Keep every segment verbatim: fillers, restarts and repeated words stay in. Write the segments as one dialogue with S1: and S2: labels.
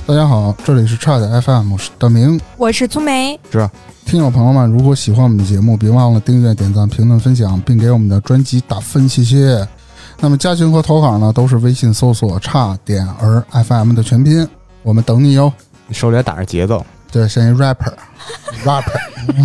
S1: 大家好，这里是差点 F M， 我是大明，
S2: 我是粗梅。
S1: 是听友朋友们，如果喜欢我们的节目，别忘了订阅、点赞、评论、分享，并给我们的专辑打分，谢谢。那么加群和投稿呢，都是微信搜索差点儿 F M 的全拼，我们等你哟。
S3: 你手里还打着节奏，
S1: 对，像一 rapper rapper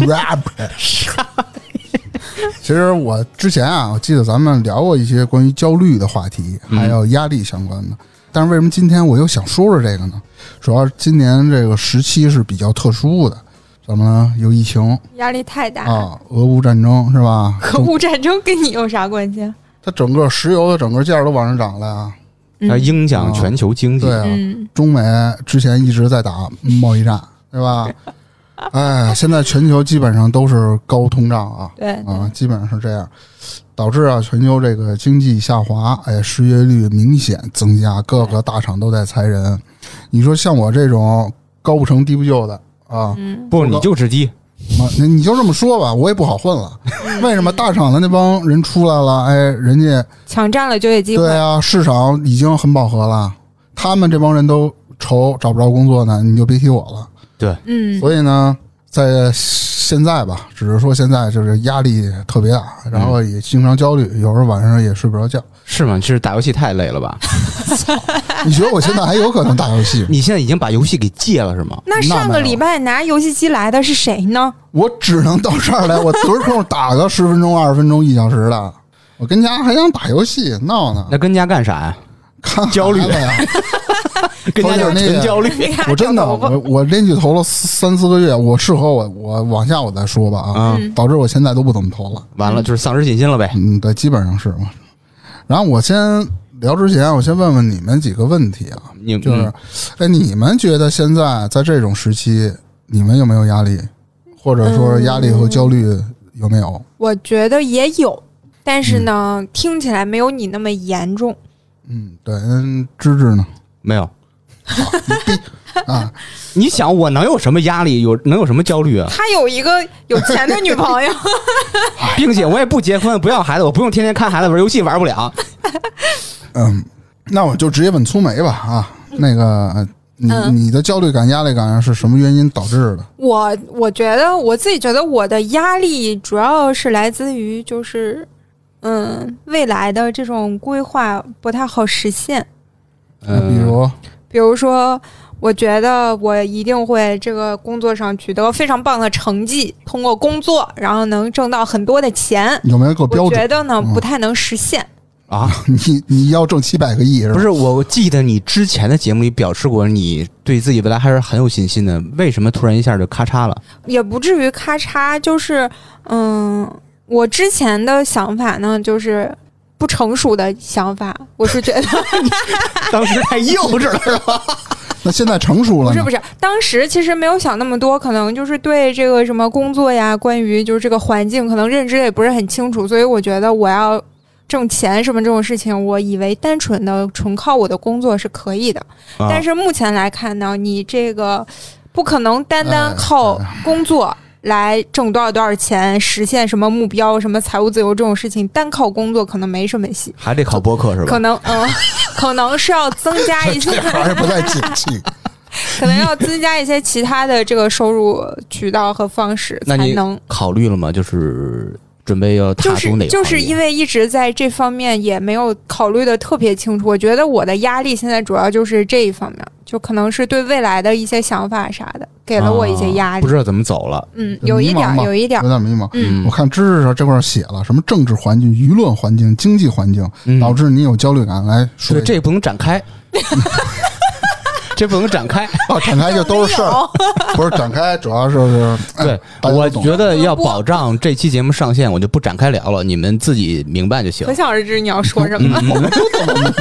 S1: rapper 其实我之前啊，我记得咱们聊过一些关于焦虑的话题，还有压力相关的。嗯、但是为什么今天我又想说说这个呢？主要今年这个时期是比较特殊的，怎么呢？有疫情，
S2: 压力太大
S1: 啊，俄乌战争是吧？
S2: 俄乌战争跟你有啥关系？
S1: 它整个石油的整个价都往上涨了呀，
S3: 它影响全球经济。
S1: 嗯、对啊、
S2: 嗯，
S1: 中美之前一直在打贸易战，对吧？哎，现在全球基本上都是高通胀啊，
S2: 对
S1: 啊，基本上是这样，导致啊全球这个经济下滑，哎，失业率明显增加，各个大厂都在裁人。你说像我这种高不成低不就的啊，
S2: 嗯、
S3: 不，你就直击。
S1: 你你就这么说吧，我也不好混了。为什么大厂的那帮人出来了？哎，人家
S2: 抢占了就业机会。
S1: 对啊，市场已经很饱和了，他们这帮人都愁找不着工作呢，你就别提我了。
S3: 对，
S2: 嗯，
S1: 所以呢，在现在吧，只是说现在就是压力特别大，然后也经常焦虑，有时候晚上也睡不着觉。
S3: 是吗？是打游戏太累了吧？
S1: 你觉得我现在还有可能打游戏？
S3: 你现在已经把游戏给戒了是吗？
S2: 那上个礼拜拿游戏机来的是谁呢？
S1: 我只能到这儿来，我得空打个十分钟、二十分钟、一小时的。我跟家还想打游戏闹呢。
S3: 那跟家干啥呀？
S1: 看
S3: 焦虑
S1: 呀。
S3: 跟家就是纯焦虑。
S1: 我真的，我我连续投了三四个月，我适合我我往下我再说吧啊，
S3: 嗯、
S1: 导致我现在都不怎么投了。
S3: 完了就是丧失信心了呗。
S1: 嗯，对，基本上是。然后我先聊之前，我先问问你们几个问题啊，
S3: 你
S1: 就是，哎，你们觉得现在在这种时期，你们有没有压力，或者说压力和焦虑有没有？
S2: 嗯、我觉得也有，但是呢，嗯、听起来没有你那么严重。
S1: 嗯，对，嗯，芝芝呢？
S3: 没有。
S1: 啊，
S3: 你想我能有什么压力？有能有什么焦虑啊？
S2: 他有一个有钱的女朋友，
S3: 并且我也不结婚，不要孩子，我不用天天看孩子玩游戏，玩不了。
S1: 嗯，那我就直接问粗梅吧啊，那个你、嗯、你的焦虑感、压力感是什么原因导致的？
S2: 我我觉得我自己觉得我的压力主要是来自于就是嗯未来的这种规划不太好实现。
S1: 嗯，比如。
S2: 比如说我觉得我一定会这个工作上取得非常棒的成绩，通过工作然后能挣到很多的钱，
S1: 有没有个标准？
S2: 我觉得呢、嗯、不太能实现
S3: 啊。
S1: 你你要挣七百个亿是吧？
S3: 不是，我记得你之前的节目里表示过你对自己未来还是很有信心的，为什么突然一下就咔嚓了？
S2: 也不至于咔嚓，就是嗯我之前的想法呢就是不成熟的想法，我是觉得
S3: 当时太幼稚了是吧？
S1: 那现在成熟了？
S2: 不是不是，当时其实没有想那么多，可能就是对这个什么工作呀，关于就是这个环境，可能认知也不是很清楚，所以我觉得我要挣钱什么这种事情，我以为单纯的纯靠我的工作是可以的。啊、但是目前来看呢，你这个不可能单单靠工作。哎哎来挣多少多少钱，实现什么目标，什么财务自由这种事情，单靠工作可能没什么戏，
S3: 还得靠播客是吧？
S2: 可能嗯，可能是要增加一些，
S1: 还是不太景气，
S2: 可能要增加一些其他的这个收入渠道和方式才能。
S3: 考虑了吗？就是准备要踏出哪个？
S2: 就是就是因为一直在这方面也没有考虑的特别清楚，我觉得我的压力现在主要就是这一方面，就可能是对未来的一些想法啥的。给了我一些压力、
S3: 啊，不知道怎么走了。
S2: 嗯，有一点，有一点，
S1: 有点迷茫。
S2: 嗯，
S1: 我看知识上这块写了什么政治环境、舆论环境、经济环境，嗯、导致你有焦虑感。来说，
S3: 对，这不能展开，这不能展开。
S1: 哦，展开就都是事儿，不是展开，主要是是。
S3: 对，
S1: 哎、
S3: 我觉得要保障这期节目上线，我就不展开聊了，你们自己明白就行。
S2: 可想而知你要说什么。
S1: 我们都懂。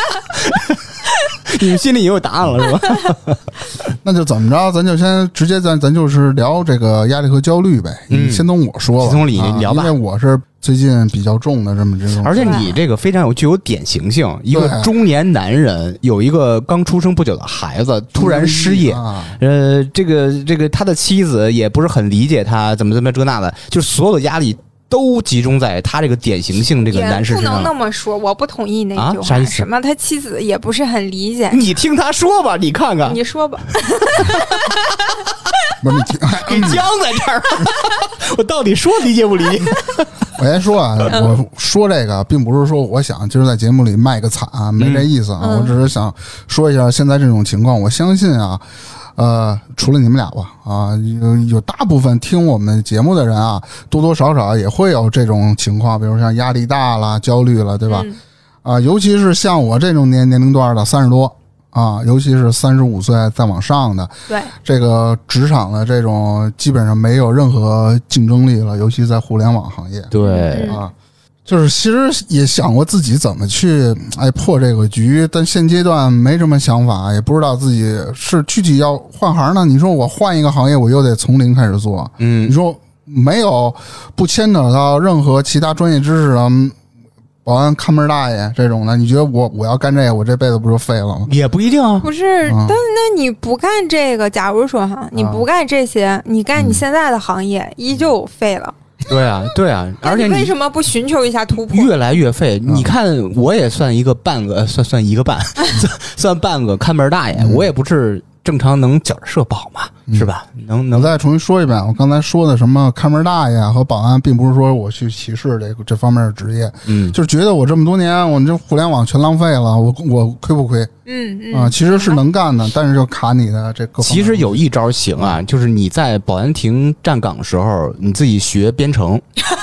S3: 你们心里也有答案了是吧？
S1: 那就怎么着，咱就先直接咱咱就是聊这个压力和焦虑呗。
S3: 嗯、
S1: 你先从我说吧，
S3: 先从你聊吧、
S1: 啊，因为我是最近比较重的这么这种。
S3: 而且你这个非常有具有典型性，一个中年男人有一个刚出生不久的孩子，突然失业，
S1: 啊、
S3: 呃，这个这个他的妻子也不是很理解他，怎么怎么这那的，就所有的压力都集中在他这个典型性这个男士身上。
S2: 也不能那么说，我不同意那句话。
S3: 啊、啥意思？
S2: 什么他妻子也不是很理解。
S3: 你听他说吧，你看看。
S2: 你说吧。
S1: 不是你听，
S3: 你僵在这儿，我到底说理解不理解？
S1: 我先说啊，我说这个并不是说我想就是在节目里卖个惨、啊，没这意思啊、嗯，我只是想说一下现在这种情况。我相信啊，呃，除了你们俩吧，啊，有有大部分听我们节目的人啊，多多少少也会有这种情况，比如像压力大了、焦虑了，对吧？嗯、啊，尤其是像我这种年年龄段的三十多。啊，尤其是三十五岁再往上的，
S2: 对
S1: 这个职场的这种基本上没有任何竞争力了，尤其在互联网行业。
S3: 对
S1: 啊，就是其实也想过自己怎么去哎破这个局，但现阶段没什么想法，也不知道自己是具体要换行呢。你说我换一个行业，我又得从零开始做，
S3: 嗯，
S1: 你说没有不牵扯到任何其他专业知识啊。保安看门大爷这种的，你觉得我我要干这个，我这辈子不就废了吗？
S3: 也不一定啊。
S2: 不是，嗯、但那你不干这个，假如说哈，你不干这些，嗯、你干你现在的行业，嗯、依旧废了。
S3: 对啊，对啊，而且
S2: 你为什么不寻求一下突破？
S3: 越来越废。嗯、你看，我也算一个半个，算算一个半，算算半个看门大爷，嗯、我也不是。正常能觉着社保嘛，是吧？能能
S1: 我再重新说一遍，我刚才说的什么看门大爷和保安，并不是说我去歧视这个这方面的职业，
S3: 嗯，
S1: 就是觉得我这么多年，我这互联网全浪费了，我我亏不亏？
S2: 嗯嗯
S1: 啊，其实是能干的，但是就卡你的这个。
S3: 其实有一招行啊，就是你在保安亭站岗的时候，你自己学编程。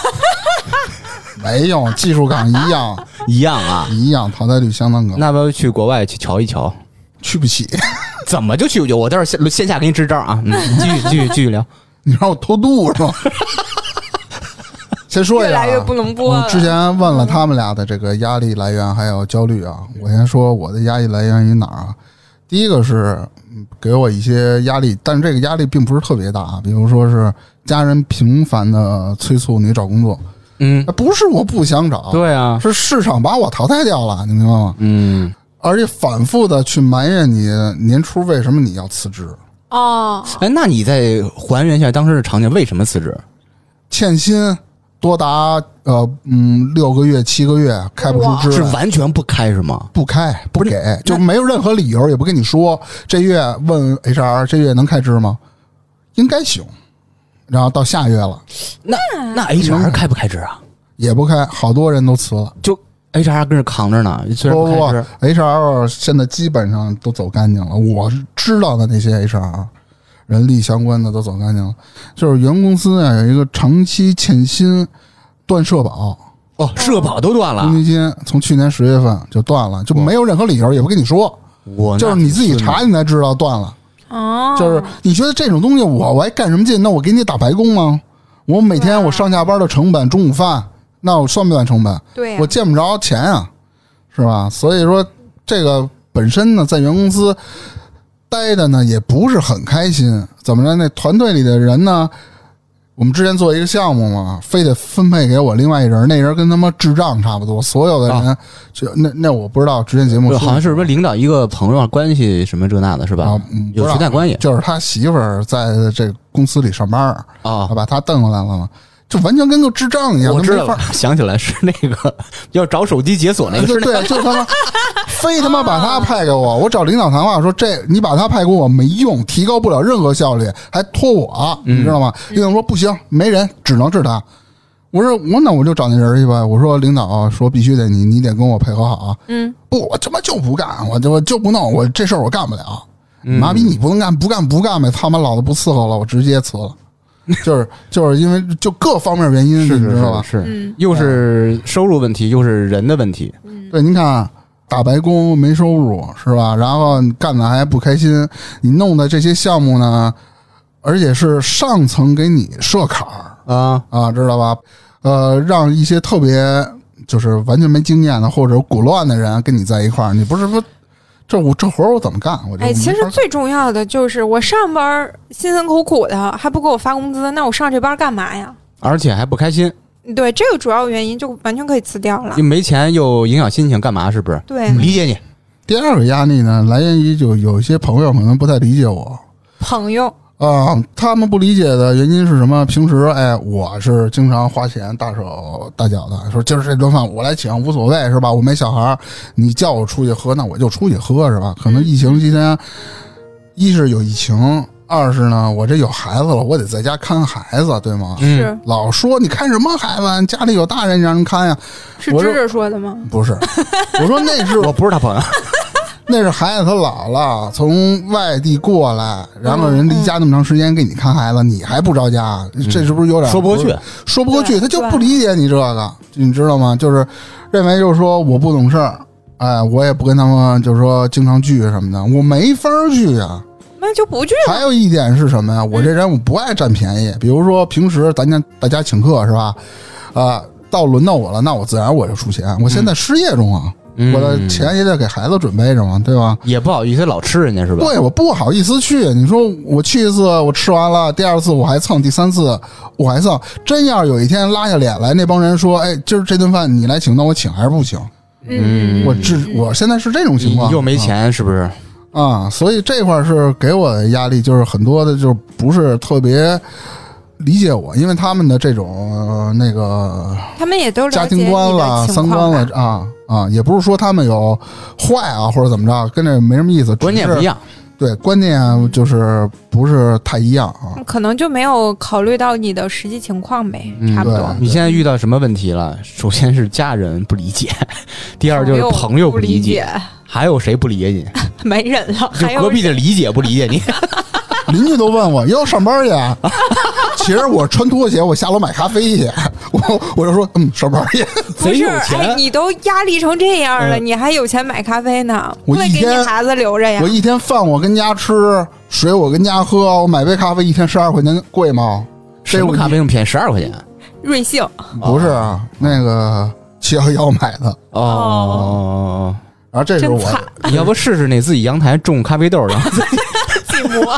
S1: 没用，技术岗一样
S3: 一样啊，
S1: 一样，淘汰率相当高。
S3: 那不要去国外去瞧一瞧？
S1: 去不起。
S3: 怎么就去不起？我待会儿线线下给你支招啊！嗯，继续继续继续聊。
S1: 你让我偷渡是吧？先说一下、啊，
S2: 越来越不能播了。
S1: 我之前问了他们俩的这个压力来源还有焦虑啊，我先说我的压力来源于哪儿啊？第一个是给我一些压力，但是这个压力并不是特别大，比如说是家人频繁的催促你找工作。
S3: 嗯，
S1: 不是我不想找，
S3: 对啊，
S1: 是市场把我淘汰掉了，你明白吗？
S3: 嗯。
S1: 而且反复的去埋怨你年初为什么你要辞职
S2: 哦，
S3: 哎，那你再还原一下当时的场景，为什么辞职？
S1: 欠薪多达呃嗯六个月七个月开不出支，
S3: 是完全不开是吗？
S1: 不开不给，就没有任何理由，也不跟你说。这月问 H R 这月能开支吗？应该行。然后到下月了，
S3: 那那 H R 开不开支啊？
S1: 也不开，好多人都辞了，
S3: 就。H R 跟着扛着呢，虽然不开支。
S1: 不不 ，H R 现在基本上都走干净了。我知道的那些 H R 人力相关的都走干净了。就是原公司啊有一个长期欠薪断社保，
S3: 哦，社保都断了，
S1: 公积金从去年十月份就断了，就没有任何理由，也不跟你说，
S3: 我
S1: 就是你自己查你才知道断了。
S2: 哦，
S1: 就是你觉得这种东西我我还干什么劲？那我给你打白工吗？我每天我上下班的成本，中午饭。那我算不算成本？
S2: 对、啊，
S1: 我见不着钱啊，是吧？所以说这个本身呢，在原公司待的呢也不是很开心。怎么着？那团队里的人呢，我们之前做一个项目嘛，非得分配给我另外一人，那人跟他妈智障差不多，所有的人、啊、就那那我不知道之前节目说
S3: 好像是什么领导一个朋友关系什么这那的是吧？
S1: 啊、
S3: 有裙带关系，
S1: 就是他媳妇儿在这公司里上班
S3: 啊，
S1: 把他瞪过来了嘛。就完全跟个智障一样，
S3: 我知道了，想起来是那个要找手机解锁那个，
S1: 对对，就他妈非他妈把他派给我，我找领导谈话说这你把他派给我没用，提高不了任何效率，还拖我，你知道吗？领导说不行，没人，只能是他。我说我那我就找那人去吧。我说领导说必须得你，你得跟我配合好啊。
S2: 嗯，
S1: 不，我他妈就不干，我就我就不弄，我这事儿我干不了。妈逼你不能干，不干不干呗，他妈老子不伺候了，我直接辞了。就是就是因为就各方面原因，
S3: 是
S1: 你知道吧？
S3: 是，是又是收入问题，又是人的问题。
S2: 嗯，
S1: 对，您看打白工没收入是吧？然后干的还不开心，你弄的这些项目呢，而且是上层给你设坎儿
S3: 啊
S1: 啊，知道吧？呃，让一些特别就是完全没经验的或者鼓乱的人跟你在一块儿，你不是说。这我这活儿我怎么干？我
S2: 哎，其实最重要的就是我上班辛辛苦苦的还不给我发工资，那我上这班干嘛呀？
S3: 而且还不开心。
S2: 对，这个主要原因就完全可以辞掉了。
S3: 又没钱又影响心情，干嘛？是不是？
S2: 对，
S3: 理解你。
S1: 第二个压力呢，来源于就有一些朋友可能不太理解我。
S2: 朋友
S1: 啊、他们不理解的原因是什么？平时哎，我是经常花钱大手大脚的，说今儿这顿饭我来请无所谓是吧？我没小孩，你叫我出去喝，那我就出去喝是吧？可能疫情期间，一是有疫情，二是呢我这有孩子了，我得在家看孩子，对吗？
S3: 嗯
S2: 是
S1: 老说你看什么孩子？家里有大人让人看呀？我说
S2: 是芝芝说的吗？
S1: 不是，我说那是
S3: 我不是他朋友，
S1: 那是孩子他姥姥从外地过来，然后人离家那么长时间给你看孩子，你还不着家，这是不是有点
S3: 说不过去？
S1: 说不过去，
S2: 对
S1: 他就不理解你这个，你知道吗？就是认为就是说我不懂事儿，哎，我也不跟他们就是说经常聚什么的，我没法聚啊。
S2: 那就不去了。
S1: 还有一点是什么呀？我这人我不爱占便宜，比如说平时咱家大家请客是吧？啊、到轮到我了，那我自然我就出钱。我现在失业中啊。
S3: 嗯
S1: 我的钱也得给孩子准备着嘛，对吧？
S3: 也不好意思老吃人家是吧？
S1: 对，我不好意思去。你说我去一次，我吃完了，第二次我还蹭，第三次我还蹭。真要有一天拉下脸来，那帮人说：“哎，今儿这顿饭你来请，那我请还是不请？”
S3: 嗯，
S1: 我这我现在是这种情况，
S3: 又没钱是不是？
S1: 啊，所以这块是给我的压力，就是很多的，就是不是特别理解我，因为他们的这种、呃、那个
S2: 他们也都了解
S1: 家庭观了、
S2: 你的情
S1: 三观
S2: 况吧
S1: 了啊啊，也不是说他们有坏啊或者怎么着，跟这没什么意思，
S3: 观念不一样。
S1: 对，观念就是不是太一样啊。
S2: 可能就没有考虑到你的实际情况呗，
S3: 嗯
S2: 差不多。
S1: 对
S3: 你现在遇到什么问题了？首先是家人不理解，第二就是朋友
S2: 不
S3: 理
S2: 解，
S3: 还有谁不理解你？
S2: 没人了。
S3: 就
S2: 还有
S3: 隔壁的理解不理解你？
S1: 邻居都问我要上班去啊，其实我穿拖鞋，我下楼买咖啡去，我我就说嗯，上班去。
S2: 不是，
S3: 贼有钱
S2: 哎，你都压力成这样了，
S3: 嗯
S2: 你还有钱买咖啡呢？不得
S1: 我一天
S2: 给你孩子留着呀
S1: 我？一天饭我跟家吃，水我跟家喝，我买杯咖啡一天十二块钱，贵吗？
S3: 什么咖啡那么便宜？十二块钱？
S2: 瑞幸
S1: 不是啊，那个七幺幺买的。
S3: 哦，
S1: 然后这时候我
S2: 真惨，
S3: 你要不试试那自己阳台种咖啡豆，然后
S2: 自己磨。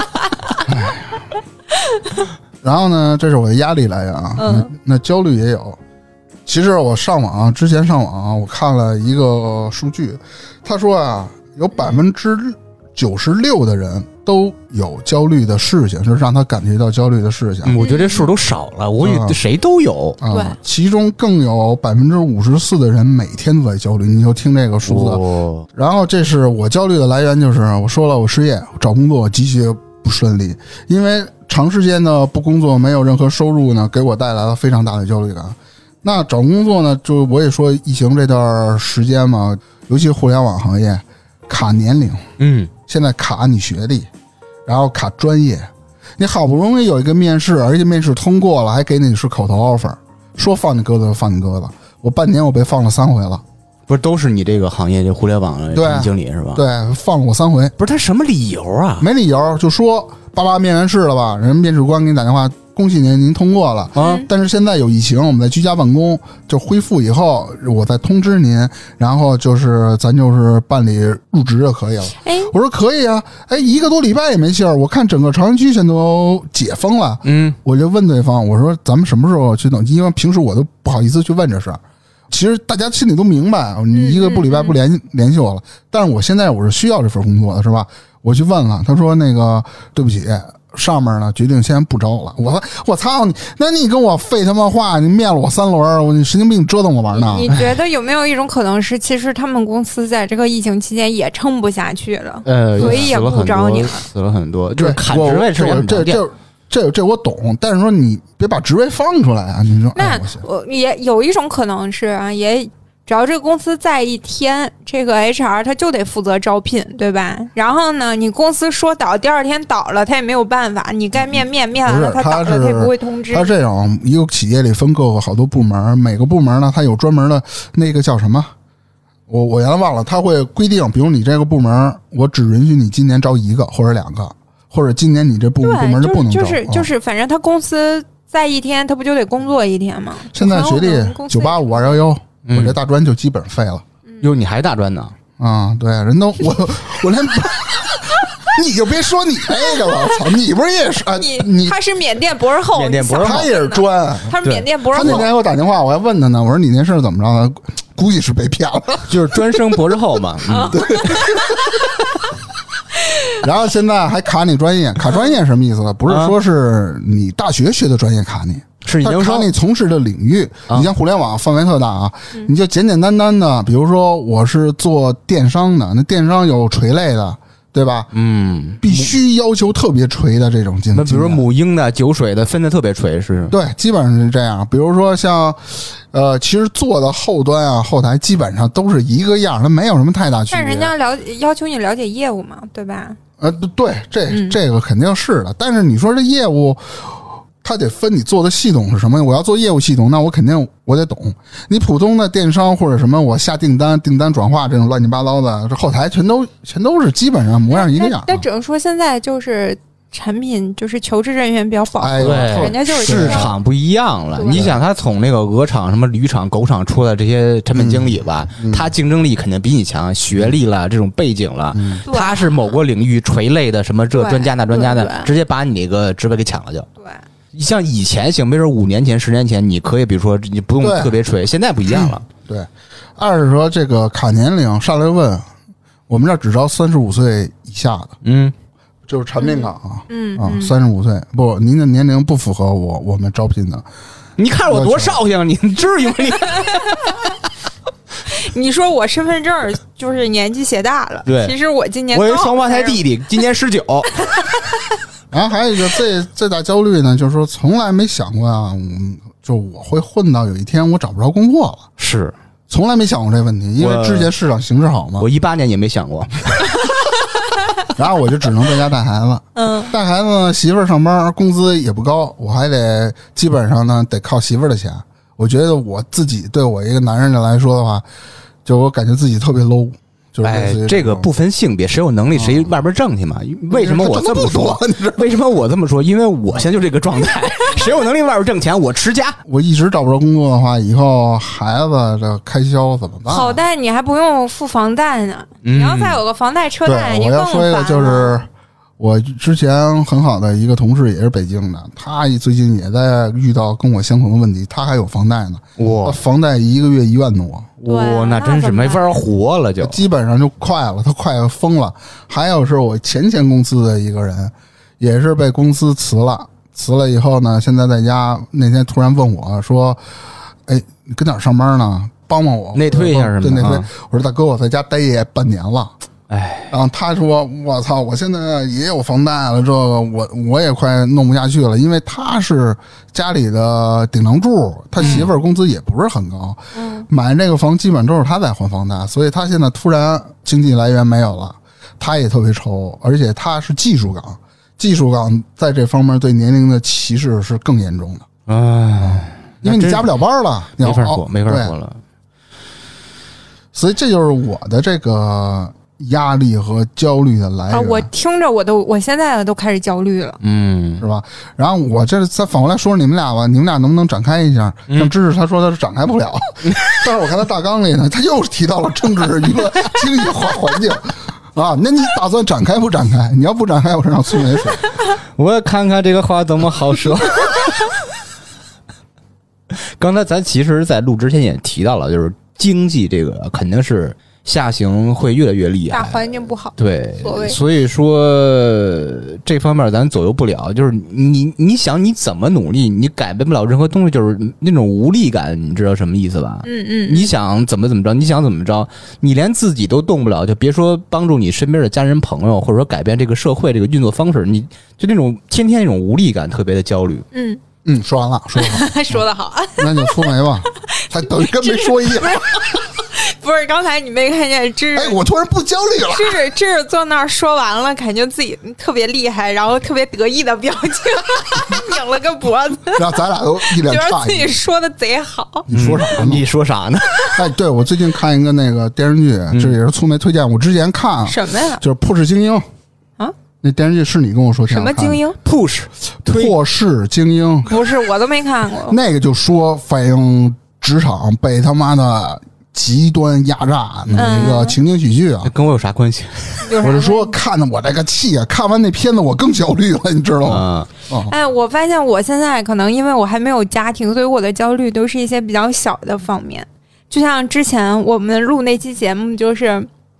S1: 然后呢，这是我的压力来源啊，
S2: 嗯
S1: 那那焦虑也有。其实我上网之前上网，我看了一个数据，他说啊，有百分之九十六的人都有焦虑的事情，就是让他感觉到焦虑的事情。
S3: 嗯我觉得这数都少了，我以为谁都有。
S2: 对
S1: 啊，其中更有百分之五十四的人每天都在焦虑。你就听这个数字，
S3: 哦
S1: 然后这是我焦虑的来源，就是我说了，我失业，我找工作极其不顺利，因为长时间的不工作，没有任何收入呢，给我带来了非常大的焦虑感。那找工作呢，就我也说，疫情这段时间嘛，尤其互联网行业卡年龄，
S3: 嗯，
S1: 现在卡你学历，然后卡专业。你好不容易有一个面试，而且面试通过了，还给你是口头 offer， 说放你鸽子就放你鸽子。我半年我被放了三回了，
S3: 不是都是你这个行业这互联网的
S1: 对
S3: 经理是吧？，
S1: 对，放了我三回，
S3: 不是他什么理由啊？
S1: 没理由，就说爸爸面完试了吧，人面试官给你打电话，恭喜您，您通过了。
S3: 啊，
S1: 但是现在有疫情，我们在居家办公，就恢复以后，我再通知您，然后就是咱就是办理入职就可以了。
S2: 哎，
S1: 我说可以啊，哎，一个多礼拜也没信儿，我看整个朝阳区现在都解封了，
S3: 嗯，
S1: 我就问对方，我说咱们什么时候去等？因为平时我都不好意思去问这事儿。其实大家心里都明白，你一个不礼拜不联系联系我了，但是我现在我是需要这份工作的，是吧？我去问了，他说那个对不起，上面呢决定先不招了。我说我操你，那你跟我废他妈话，你面了我三轮，我你神经病折腾我玩呢？
S2: 你觉得有没有一种可能是，其实他们公司在这个疫情期间也撑不下去了？
S3: 呃，
S2: 所以也
S3: 死了很多，
S2: 不招你了
S3: 死了很多，就是
S1: 对我
S3: 砍职位是也
S1: 这
S3: 很常见。
S1: 这这这这我懂，但是说你别把职位放出来啊！你说，
S2: 那
S1: 哎、我行
S2: 我也有一种可能是啊，也只要这个公司在一天，这个 H R 他就得负责招聘，对吧？然后呢，你公司说倒，第二天倒了，他也没有办法，你该面面面完了，
S1: 不是
S2: 他倒了，
S1: 他是
S2: 他也不会通知
S1: 他。这种一个企业里分各个好多部门，每个部门呢，它有专门的那个叫什么？我我原来忘了，他会规定，比如你这个部门，我只允许你今年招一个或者两个，或者今年你这部部门
S2: 对，
S1: 不能招。
S2: 就是就是就
S1: 啊
S2: 是，反正他公司在一天，他不就得工作一天吗？
S1: 现在学历九八五二幺幺，
S3: 嗯
S1: 我这大专就基本废了
S3: 哟，你还大专呢？
S1: 啊！对，人都我我连。你就别说你那个了，我操！你不是也是啊？
S2: 你
S1: 你
S2: 他是缅甸博士后，
S3: 缅甸博士后
S1: 他也是专，
S2: 他是缅甸博士后
S1: 他那天。给我打电话，我还问他呢，我说你那事儿怎么着的？估计是被骗了。
S3: 就是专升博士后嘛。嗯，
S1: 然后现在还卡你专业，卡专业什么意思？不是说是你大学学的专业卡你，
S3: 是研究生
S1: 他卡你从事的领域。
S3: 啊
S1: 你像互联网范围特大啊，
S2: 嗯
S1: 你就简简单单的，比如说我是做电商的，那电商有垂类的，对吧？
S3: 嗯，
S1: 必须要求特别垂的这种经历。
S3: 那比如说母婴的、酒水的分的特别垂，是？
S1: 对，基本上是这样。比如说像，呃，其实做的后端啊、后台基本上都是一个样，它没有什么太大区别。
S2: 但是人家了要求你了解业务嘛，对吧？
S1: 呃，对，这、
S2: 嗯、
S1: 这个肯定是的。但是你说这业务，它得分你做的系统是什么。我要做业务系统，那我肯定我得懂。你普通的电商或者什么，我下订单、订单转化这种乱七八糟的，这后台全都全都是基本上模样一个样。
S2: 但只能说现在就是产品就是求职人员比较饱和，
S1: 哎、
S3: 对，
S2: 人家就是
S3: 市场不一样了。
S2: 对
S3: 你想，他从那个鹅厂、什么铝厂、狗厂出来这些产品经理吧，
S1: 嗯、
S3: 他竞争力肯定比你强，学历了、这种背景了，
S1: 嗯、
S3: 他是某个领域垂类的什么这专家那专家的，
S2: 对对对
S3: 直接把你那个职位给抢了就。
S2: 对。
S3: 像以前行，没准五年前、十年前，你可以比如说你不用特别垂，现在不一样了。
S1: 对，二是说这个卡年龄上来问，我们这儿只招三十五岁以下的，
S3: 嗯，
S1: 就是产品岗啊，
S2: 嗯
S1: 啊，三十五岁不，您的年龄不符合我我们招聘的。
S3: 你看我多绍兴，你至于吗？你
S2: 你说我身份证就是年纪写大了，
S3: 对，
S2: 其实我今年
S3: 我有双胞胎弟弟，今年十九。
S1: 然后还有一个最最大焦虑呢，就是说从来没想过啊，嗯，就我会混到有一天我找不着工作了，
S3: 是
S1: 从来没想过这问题，因为之前市场形势好嘛。
S3: 我一八年也没想过，
S1: 然后我就只能在家带孩子，
S2: 嗯，
S1: 带孩子呢，媳妇儿上班，工资也不高，我还得基本上呢得靠媳妇儿的钱。我觉得我自己对我一个男人来说的话，就我感觉自己特别 low。就是
S3: 哎，这个不分性别，谁有能力谁外边挣去嘛。为什么我这么说？为什么我这么说？因为我现在就这个状态，谁有能力外边挣钱，我持家。
S1: 我一直找不着工作的话，以后孩子这开销怎么办？
S2: 好贷你还不用付房贷呢，
S3: 嗯、
S2: 你要再有个房贷车贷，
S1: 对，我要说一个就是。我之前很好的一个同事也是北京的，他最近也在遇到跟我相同的问题，他还有房贷呢，哇，房贷一个月一万多，
S3: 哇，那真是没法活了就，
S1: 就基本上就快了，他快要疯了。还有是我前前公司的一个人，也是被公司辞了，辞了以后呢，现在在家，那天突然问我说：“哎，你跟哪儿上班呢？帮帮我，
S3: 内推一下是吗？”
S1: 对，内推。我说：“大哥，我在家待业半年了。”
S3: 哎，
S1: 然后他说：“我操，我现在也有房贷了，这个我我也快弄不下去了，因为他是家里的顶梁柱，他媳妇儿工资也不是很高，
S2: 嗯，
S1: 买这个房基本都是他在还房贷，所以他现在突然经济来源没有了，他也特别愁，而且他是技术岗，技术岗在这方面对年龄的歧视是更严重的，
S3: 哎，
S1: 因为你加不了班了，
S3: 没法活，没法活了，
S1: 所以这就是我的这个。”压力和焦虑的来源、
S2: 啊，我听着我都，我现在都开始焦虑了，
S3: 嗯，
S1: 是吧？然后我这再反过来说说你们俩吧，你们俩能不能展开一下？像知识他说他是展开不了，嗯、但是我看他大纲里呢，他又提到了政治、娱乐、经济环环境啊。那你打算展开不展开？你要不展开，我是让苏梅说。
S3: 我看看这个话怎么好说。刚才咱其实，在录之前也提到了，就是经济这个肯定是。下行会越来越厉害，
S2: 大环境不好。
S3: 对，所以说这方面咱左右不了。就是你，你想你怎么努力，你改变不了任何东西，就是那种无力感，你知道什么意思吧？
S2: 嗯嗯。
S3: 你想怎么怎么着，你想怎么着，你连自己都动不了，就别说帮助你身边的家人朋友，或者说改变这个社会这个运作方式，你就那种天天那种无力感，特别的焦虑。
S2: 嗯
S1: 嗯，说完了，说得好，
S2: 说得好，
S1: 那就出梅吧，他等于跟没说一样。
S2: 不是，刚才你没看见知识？
S1: 哎，我突然不焦虑了。
S2: 知识知识坐那儿说完了，感觉自己特别厉害，然后特别得意的表情，拧了个脖子。
S1: 然后咱俩都一脸诧异，
S2: 觉得自己说的贼好。
S1: 你说啥呢？
S3: 你说啥呢？
S1: 哎，对，我最近看一个那个电视剧，这也是粗梅推荐。我之前看
S2: 什么呀？
S1: 就是《破世精英》
S2: 啊。
S1: 那电视剧是你跟我说
S2: 什么精英
S3: ？Push
S1: 破世精英
S2: 不是，我都没看过。
S1: 那个就说反映职场被他妈的。极端压榨那个情景喜剧啊，
S3: 跟我有啥关系？
S1: 我是说，看得我这个气啊！看完那片子，我更焦虑了，你知道吗？
S3: 嗯、
S2: 哎，我发现我现在可能因为我还没有家庭，所以我的焦虑都是一些比较小的方面。就像之前我们录那期节目，就是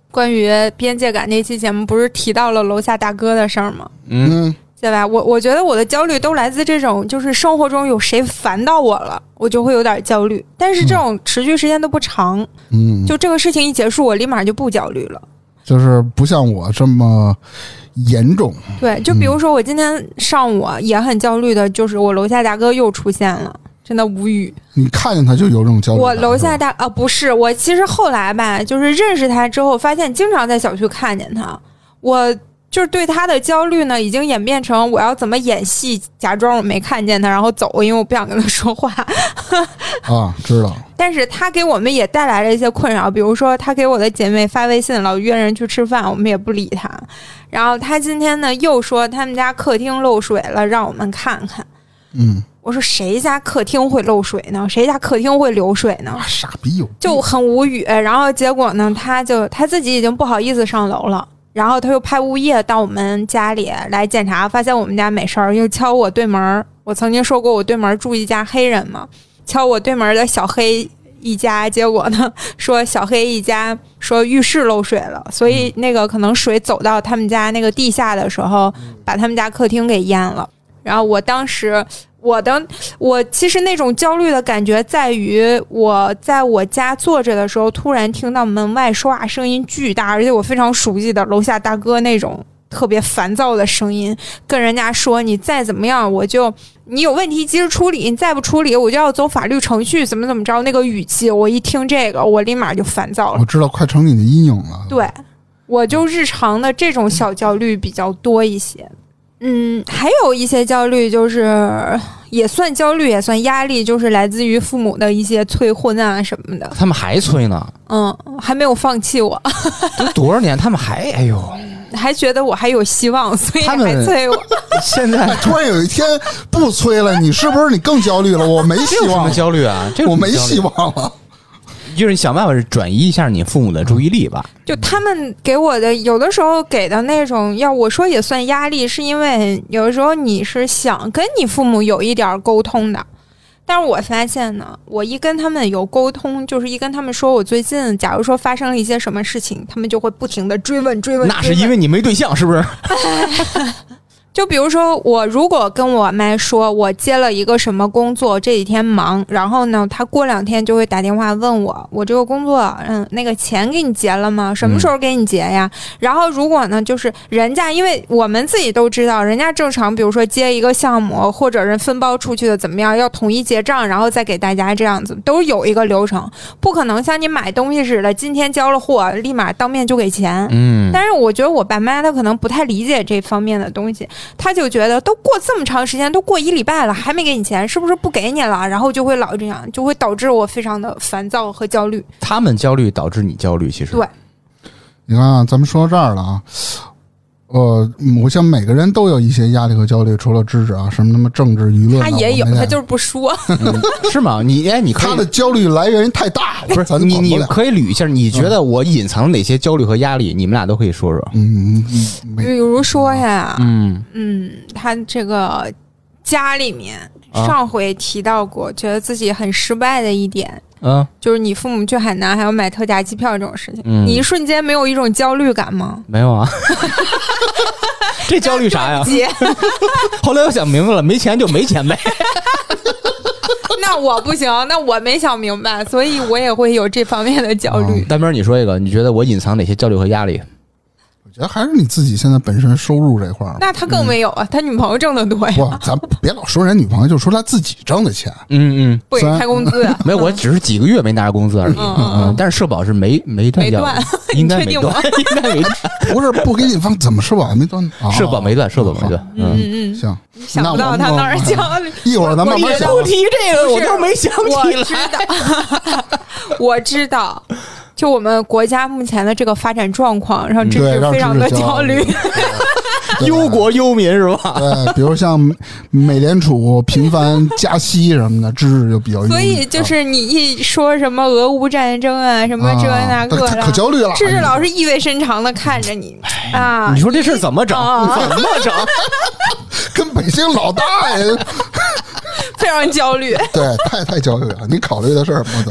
S2: 关于边界感那期节目不是提到了楼下大哥的事儿吗？
S3: 嗯，
S2: 对吧？我我觉得我的焦虑都来自这种，就是生活中有谁烦到我了，我就会有点焦虑。但是这种持续时间都不长，
S1: 嗯，
S2: 就这个事情一结束，我立马就不焦虑了。
S1: 就是不像我这么严重。
S2: 对，就比如说我今天上午也很焦虑的，就是我楼下大哥又出现了。真的无语，
S1: 你看见他就有这种焦虑感。
S2: 我楼下大啊，不是我，其实后来吧，就是认识他之后，发现经常在小区看见他，我就是对他的焦虑呢，已经演变成我要怎么演戏，假装我没看见他，然后走，因为我不想跟他说话。
S1: 啊，知道。
S2: 但是他给我们也带来了一些困扰，比如说他给我的姐妹发微信，老约人去吃饭，我们也不理他。然后他今天呢又说他们家客厅漏水了，让我们看看。
S1: 嗯。
S2: 我说谁家客厅会漏水呢？谁家客厅会流水呢？
S1: 啊、傻逼有
S2: 就很无语。然后结果呢，他就他自己已经不好意思上楼了，然后他又派物业到我们家里来检查，发现我们家没事儿，又敲我对门。我曾经说过我对门住一家黑人嘛，敲我对门的小黑一家，结果呢说小黑一家说浴室漏水了，所以那个可能水走到他们家那个地下的时候，把他们家客厅给淹了。然后我当时。我的我其实那种焦虑的感觉在于我在我家坐着的时候，突然听到门外说话声音巨大，而且我非常熟悉的楼下大哥那种特别烦躁的声音，跟人家说你再怎么样我就你有问题及时处理，你再不处理我就要走法律程序，怎么怎么着，那个语气我一听这个我立马就烦躁了。
S1: 我知道快成你的阴影了。
S2: 对，我就日常的这种小焦虑比较多一些。嗯，还有一些焦虑，就是也算焦虑，也算压力，就是来自于父母的一些催婚啊什么的。
S3: 他们还催呢？
S2: 嗯，还没有放弃我。
S3: 都多少年，他们还哎呦，
S2: 还觉得我还有希望，所以还催我。
S3: 现在
S1: 突然有一天不催了，你是不是你更焦虑了？我没希望。
S3: 什么焦虑啊？这
S1: 我没希望了。
S3: 就是想办法转移一下你父母的注意力吧。
S2: 就他们给我的，有的时候给的那种，要我说也算压力，是因为有的时候你是想跟你父母有一点沟通的，但是我发现呢，我一跟他们有沟通，就是一跟他们说我最近假如说发生了一些什么事情，他们就会不停的追问追问。
S3: 那是因为你没对象，是不是？
S2: 就比如说我如果跟我妈说我接了一个什么工作，这几天忙，然后呢她过两天就会打电话问我，我这个工作嗯那个钱给你结了吗？什么时候给你结呀？嗯、然后如果呢就是人家，因为我们自己都知道人家正常比如说接一个项目或者人分包出去的怎么样，要统一结账然后再给大家，这样子都有一个流程，不可能像你买东西似的今天交了货立马当面就给钱。
S3: 嗯，
S2: 但是我觉得我爸妈他可能不太理解这方面的东西，他就觉得都过这么长时间，都过一礼拜了还没给你钱，是不是不给你了？然后就会老这样，就会导致我非常的烦躁和焦虑。
S3: 他们焦虑导致你焦虑，其实
S2: 对。
S1: 你看啊，咱们说到这儿了啊，呃，我想每个人都有一些压力和焦虑，除了芝芝啊，什么他妈政治舆论、啊，
S2: 他也有，他就是不说、
S3: 嗯，是吗？你哎，你可以
S1: 他的焦虑来源太大，
S3: 不是你你可以捋一下，你觉得我隐藏哪些焦虑和压力？你们俩都可以说说。
S1: 嗯，
S2: 比如说呀，
S3: 嗯
S2: 嗯，他这个家里面上回提到过，啊、觉得自己很失败的一点。
S3: 嗯，
S2: 就是你父母去海南还要买特价机票这种事情，
S3: 嗯、
S2: 你一瞬间没有一种焦虑感吗？
S3: 没有啊，这焦虑啥呀？后来我想明白了，没钱就没钱呗。
S2: 那我不行，那我没想明白，所以我也会有这方面的焦虑。
S3: 单边你说一个，你觉得我隐藏哪些焦虑和压力？
S1: 我觉得还是你自己现在本身收入这块儿。
S2: 那他更没有啊，嗯、他女朋友挣得多呀。
S1: 不，咱别老说人女朋友，就说他自己挣的钱。
S3: 嗯嗯，
S2: 不给开工资、啊。
S3: 没有，我只是几个月没拿工资而已。嗯嗯嗯。但是社保是没没断掉，应该没断，应该没断。
S1: 不是不给你放，怎么社保没断？
S3: 哦、社保没断，社保没断。
S2: 嗯嗯嗯。
S1: 行，
S2: 想不到他那儿焦虑。
S1: 一会儿咱慢慢想。
S3: 不提这个，我都没想起来。
S2: 我知道，我知道。就我们国家目前的这个发展状况，让芝芝非常的焦虑，
S3: 忧国忧民是吧？
S1: 对，比如像美联储频繁加息什么的，芝芝就比较忧虑。
S2: 所以就是你一说什么俄乌战争啊，什么这那个的，
S1: 可焦虑了。
S2: 芝芝老是意味深长的看着你啊，
S3: 你说这事怎么整？怎么整？
S1: 跟北京老大爷
S2: 非常焦虑。
S1: 对，太太焦虑了。你考虑的事儿，我操！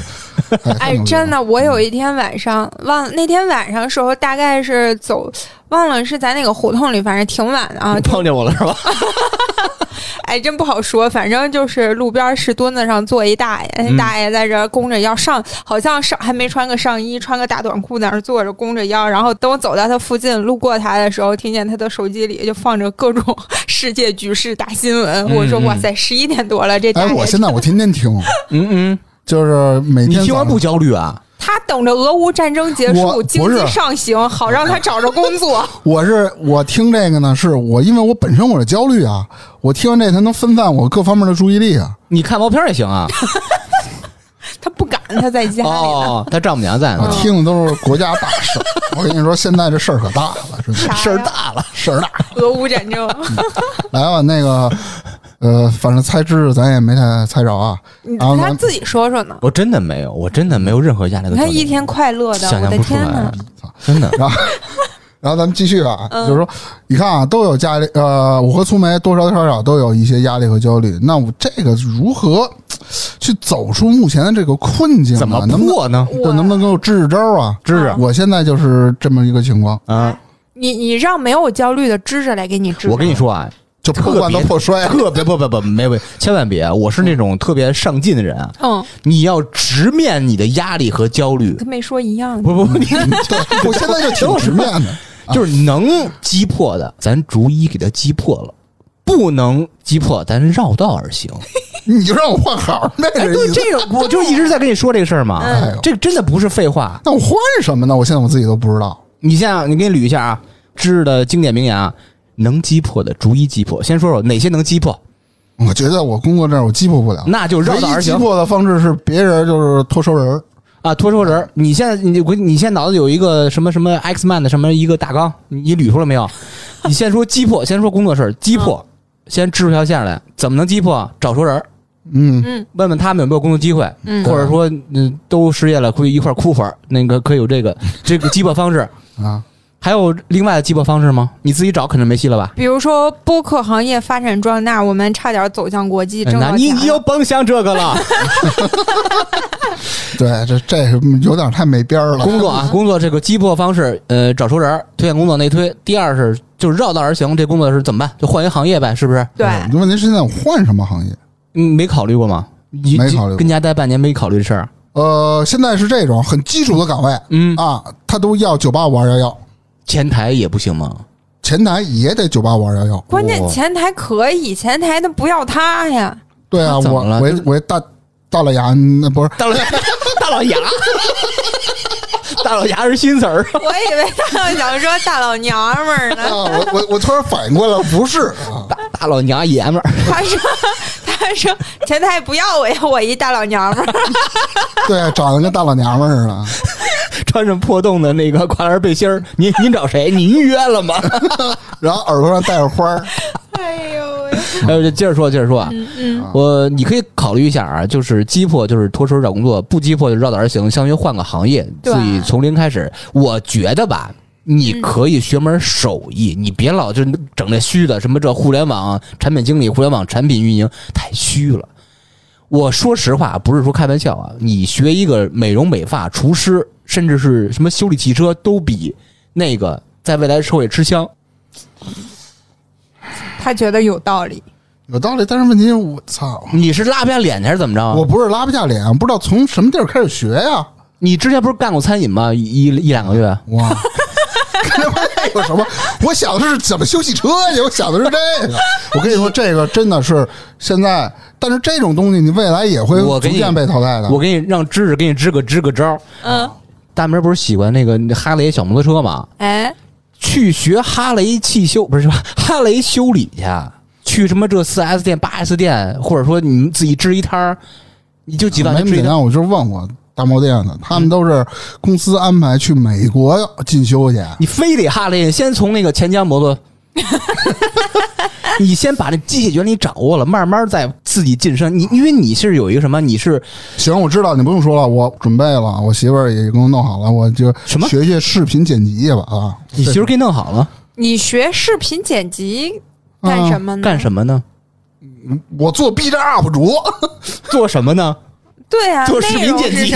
S2: 哎，真的，我有一天晚上忘，那天晚上时候大概是走，忘了是在哪个胡同里，反正挺晚的啊。
S3: 碰见我了是吧？
S2: 哎，真不好说，反正就是路边石墩子上坐一大爷，那、嗯、大爷在这弓着腰上，好像上还没穿个上衣，穿个大短裤在那坐着弓着腰。然后等我走到他附近路过他的时候，听见他的手机里就放着各种世界局势大新闻。嗯、我说哇塞，十一点多了，这大爷。
S1: 哎，我现在我天天听，
S3: 嗯嗯，
S1: 就是每天
S3: 你听完不焦虑啊？
S2: 他等着俄乌战争结束，经济上行，好让他找着工作。
S1: 我是我听这个呢，是我因为我本身我是焦虑啊，我听完这才能分散我各方面的注意力啊。
S3: 你看毛片也行啊。
S2: 他不敢，他在家里呢。
S3: 哦，他丈母娘在呢。
S1: 我听的都是国家大事。我跟你说，现在这事儿可大了，真的
S3: 事儿大了，
S1: 事儿大。
S2: 俄乌战争。
S1: 来吧，那个。呃，反正猜知识咱也没太猜着啊。
S2: 你他自己说说呢？
S3: 我真的没有，我真的没有任何压力的。
S2: 你看一天快乐的，
S3: 想象不出来，
S2: 我的天哪，
S3: 真的。
S1: 然后，然后咱们继续啊，
S2: 嗯、
S1: 就是说，你看啊，都有压力。呃，我和粗梅多多少少都有一些压力和焦虑。那我这个如何去走出目前的这个困境呢？
S3: 怎么破呢？
S1: 对，能不能给我支支招啊？
S3: 支支。
S1: 我现在就是这么一个情况
S3: 啊。
S2: 你你让没有焦虑的支支来给你支。
S3: 我跟你说啊。
S1: 就破罐子破摔，
S3: 特别不不不没有，千万别！我是那种特别上进的人啊。
S2: 嗯，
S3: 你要直面你的压力和焦虑。
S2: 跟没说一样。
S3: 不不不，你
S1: 对，我现在就挺直面的，
S3: 就是能击破的，咱逐一给它击破了；不能击破，咱绕道而行。
S1: 你就让我换行呗？
S3: 哎，对，这个我就一直在跟你说这个事儿嘛。
S2: 嗯、
S3: 这个真的不是废话。
S1: 那我换什么呢？我现在我自己都不知道。
S3: 你现在你给你捋一下啊，知的经典名言啊。能击破的逐一击破，先说说哪些能击破。
S1: 我觉得我工作这儿我击破不了，
S3: 那就绕道而行。
S1: 击破的方式是别人就是托收人
S3: 啊，托收人。你现在你你现在脑子有一个什么什么 X Man 的什么一个大纲，你捋出来没有？你先说击破，先说工作室击破，嗯、先支出条线来，怎么能击破？找熟人。
S1: 嗯
S2: 嗯，
S3: 问问他们有没有工作机会，
S2: 嗯、
S3: 或者说嗯都失业了，可以一块哭会儿，那个可以有这个这个击破方式
S1: 啊。
S3: 还有另外的击破方式吗？你自己找肯定没戏了吧？
S2: 比如说播客行业发展壮大，我们差点走向国际。
S3: 哎、那你你又甭想这个了。
S1: 对，这这有点太没边儿了。
S3: 工作啊，工作这个击破方式，呃，找熟人，推荐工作内推。第二是就是绕道而行，这工作是怎么办？就换一行业呗，是不是？
S2: 对。
S1: 问题是现在我换什么行业？
S3: 嗯，没考虑过吗？
S1: 没考虑过。
S3: 跟家待半年没考虑这事儿。
S1: 呃，现在是这种很基础的岗位，
S3: 嗯
S1: 啊，他都要九八五二幺幺。
S3: 前台也不行吗？
S1: 前台也得九八五二幺幺。
S2: 关键前台可以，前台的不要他呀。
S1: 对啊，我我我大大老牙，那不是
S3: 大老大老牙，大老牙是新词儿。
S2: 我以为他想说大老娘们儿呢。
S1: 啊，我我我突然反应过来，不是啊，
S3: 大大老娘爷们儿。
S2: 他说他说前台不要我呀，我一大老娘们儿。
S1: 对，长得跟大老娘们儿似的。
S3: 穿着破洞的那个跨栏背心儿，您您找谁？您约了吗？
S1: 然后耳朵上戴着花儿。
S2: 哎呦喂！
S3: 呃，接着说，接着说啊，
S2: 嗯嗯，
S3: 我你可以考虑一下啊，就是击破就是脱手找工作，不击破就绕道而行，相当于换个行业，自己从零开始。我觉得吧，你可以学门手艺，嗯、你别老就整那虚的，什么这互联网产品经理、互联网产品运营太虚了。我说实话，不是说开玩笑啊，你学一个美容美发、厨师，甚至是什么修理汽车，都比那个在未来社会吃香。
S2: 他觉得有道理，
S1: 有道理，但是问题我操，
S3: 你是拉不下脸还是怎么着？
S1: 我不是拉不下脸，不知道从什么地儿开始学呀。
S3: 你之前不是干过餐饮吗？一一两个月。
S1: 哇，有什么？我想的是怎么修汽车去，我想的是这个。我跟你说，这个真的是现在，但是这种东西你未来也会逐渐被淘汰的。
S3: 我给你让知识给你支个支个招。
S2: 嗯，
S3: 大明不是喜欢那个哈雷小摩托车吗？
S2: 哎，
S3: 去学哈雷汽修，不是吧？哈雷修理去，去什么这四 S 店、八 S 店，或者说你自己支一摊儿，你就几万
S1: 没没让我就问我。大贸店的，他们都是公司安排去美国进修去。
S3: 你非得哈雷，先从那个钱江摩托，你先把这机械原理掌握了，慢慢再自己晋升。你因为你是有一个什么？你是
S1: 行，我知道，你不用说了，我准备了，我媳妇儿也给我弄好了，我就
S3: 什么
S1: 学学视频剪辑吧啊！
S3: 你媳妇儿给你弄好了？
S2: 你学视频剪辑干什么呢？
S3: 干什么呢？
S1: 我做 B 站 U P 主，
S3: 做什么呢？
S2: 对啊，
S3: 做视频剪辑。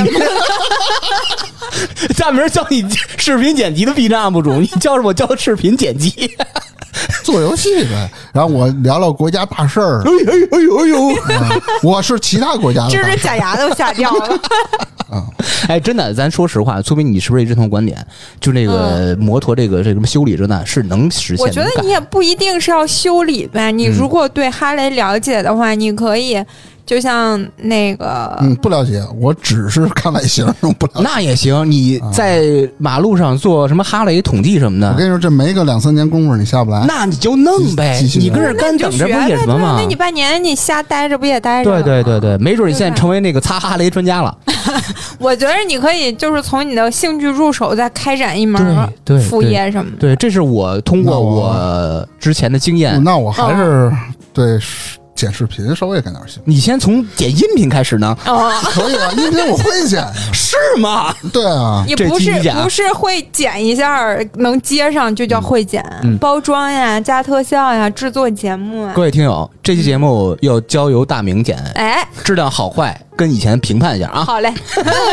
S3: 大明教你视频剪辑的 B 站 U P 主，你教什么？教视频剪辑。
S1: 做游戏呗，然后我聊聊国家大事儿。
S3: 哎呦哎呦哎呦！
S1: 我是其他国家的，
S2: 这是假牙都吓掉了。
S1: 啊，
S3: 哎，真的，咱说实话，苏明，你是不是也认同观点？就那个摩托这个这个什么修理这那是能实现的。
S2: 我觉得你也不一定是要修理呗，你如果对哈雷了解的话，你可以。就像那个，
S1: 嗯，不了解，我只是看外形，不了解。
S3: 那也行，你在马路上做什么哈雷统计什么的，
S1: 我跟你说，这没个两三年功夫，你下不来。
S3: 那你就弄呗，你跟这干等着不也什么吗？
S2: 那你半年你瞎待着不也待着？
S3: 对对对对，没准你现在成为那个擦哈雷专家了。
S2: 我觉得你可以就是从你的兴趣入手，再开展一门副业什么的。
S3: 对，这是我通过我之前的经验。
S1: 那我还是对。剪视频稍微跟点行，
S3: 你先从剪音频开始呢？
S2: 哦，
S1: 可以啊，音频我会剪，
S3: 是吗？
S1: 对啊，
S2: 也不是不是会剪一下能接上就叫会剪，
S3: 嗯、
S2: 包装呀、加特效呀、制作节目啊。
S3: 各位听友，这期节目要交由大明剪，
S2: 哎，
S3: 质量好坏跟以前评判一下啊。
S2: 好嘞。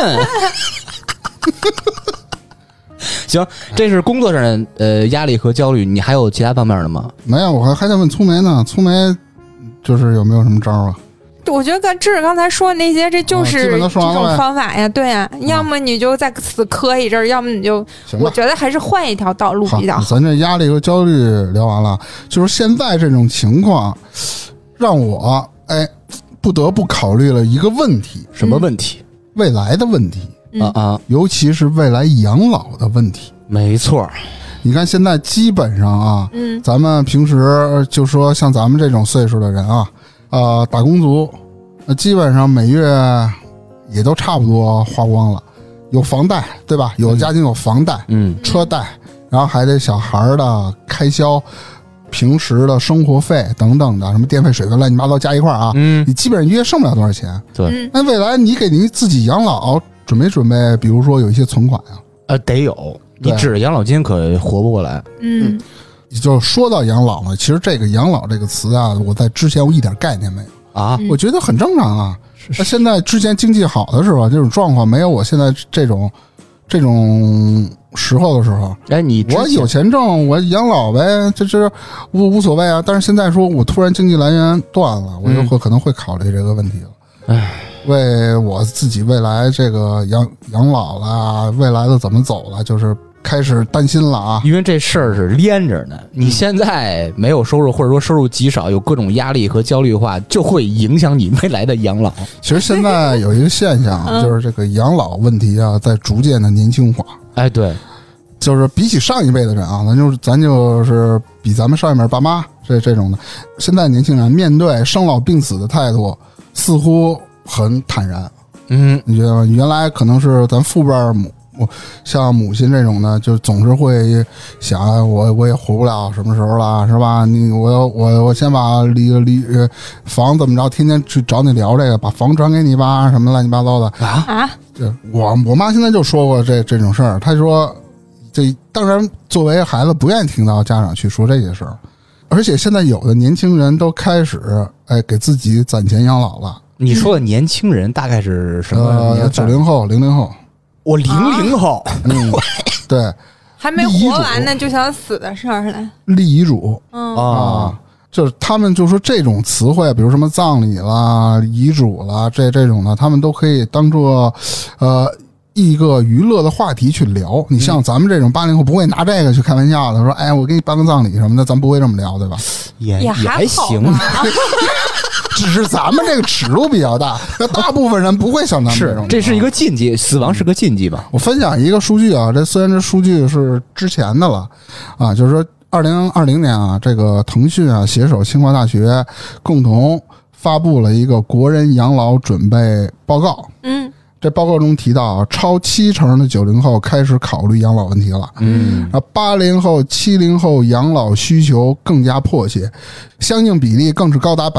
S3: 行，这是工作上的呃压力和焦虑，你还有其他方面的吗？
S1: 没有，我还还在问粗梅呢，粗梅。就是有没有什么招啊？
S2: 我觉得跟志刚才说的那些，这就是这种方法呀，对呀。要么你就在此磕一阵儿，要么你就，我觉得还是换一条道路比较好。
S1: 咱这压力和焦虑聊完了，就是现在这种情况，让我哎不得不考虑了一个问题。
S3: 什么问题？
S1: 未来的问题
S3: 啊啊！
S1: 尤其是未来养老的问题。
S3: 没错。
S1: 你看现在基本上啊，
S2: 嗯，
S1: 咱们平时就说像咱们这种岁数的人啊，呃，打工族，呃，基本上每月也都差不多花光了，有房贷，对吧？有的家庭有房贷，
S3: 嗯，
S1: 车贷，然后还得小孩的开销，平时的生活费等等的，什么电费、水费乱七八糟加一块啊，
S3: 嗯，
S1: 你基本上一月剩不了多少钱。
S3: 对，
S1: 那未来你给您自己养老准备准备，比如说有一些存款啊，
S3: 呃，得有。你指着养老金可活不过来。
S2: 嗯，
S1: 就说到养老了，其实这个养老这个词啊，我在之前我一点概念没有
S3: 啊，
S1: 我觉得很正常啊。那现在之前经济好的时候，这种状况没有我现在这种这种时候的时候，
S3: 哎，你
S1: 我有钱挣，我养老呗，这这无无所谓啊。但是现在说我突然经济来源断了，我就会、嗯、可能会考虑这个问题了。
S3: 哎。
S1: 为我自己未来这个养养老了，未来的怎么走了，就是开始担心了啊！
S3: 因为这事儿是连着的，你现在没有收入，或者说收入极少，有各种压力和焦虑的话，就会影响你未来的养老。
S1: 其实现在有一个现象啊，就是这个养老问题啊，在逐渐的年轻化。
S3: 哎，对，
S1: 就是比起上一辈的人啊，咱就是咱就是比咱们上一辈爸妈这这种的，现在年轻人面对生老病死的态度似乎很坦然。
S3: 嗯，
S1: 你觉得吗？原来可能是咱父辈母像母亲这种的，就总是会想我我也活不了什么时候了，是吧？你我我我先把离离房怎么着，天天去找你聊这个，把房转给你吧，什么乱七八糟的
S3: 啊
S2: 啊！
S1: 这我我妈现在就说过这这种事儿，她说这当然作为孩子不愿意听到家长去说这些事儿，而且现在有的年轻人都开始哎给自己攒钱养老了。
S3: 你说的年轻人大概是什么年？
S1: 呃，九零后、零零后。
S3: 我零零后，
S1: 啊、嗯，对，
S2: 还没活完呢就想死的事儿了。
S1: 立遗嘱，
S2: 嗯
S1: 啊，就是他们就说这种词汇，比如什么葬礼啦、遗嘱啦，这这种的，他们都可以当做呃一个娱乐的话题去聊。你像咱们这种八零后，不会拿这个去开玩笑的，说哎，我给你办个葬礼什么的，咱不会这么聊，对吧？
S3: 也
S2: 也还
S3: 行。
S1: 只是咱们这个尺度比较大，那大部分人不会像咱们这种。
S3: 是，这是一个禁忌，死亡是个禁忌吧？
S1: 我分享一个数据啊，这虽然这数据是之前的了啊，就是说二零二零年啊，这个腾讯啊携手清华大学共同发布了一个国人养老准备报告。
S2: 嗯。
S1: 这报告中提到，超七成的九零后开始考虑养老问题了。
S3: 嗯，
S1: 啊，八零后、七零后养老需求更加迫切，相应比例更是高达百分之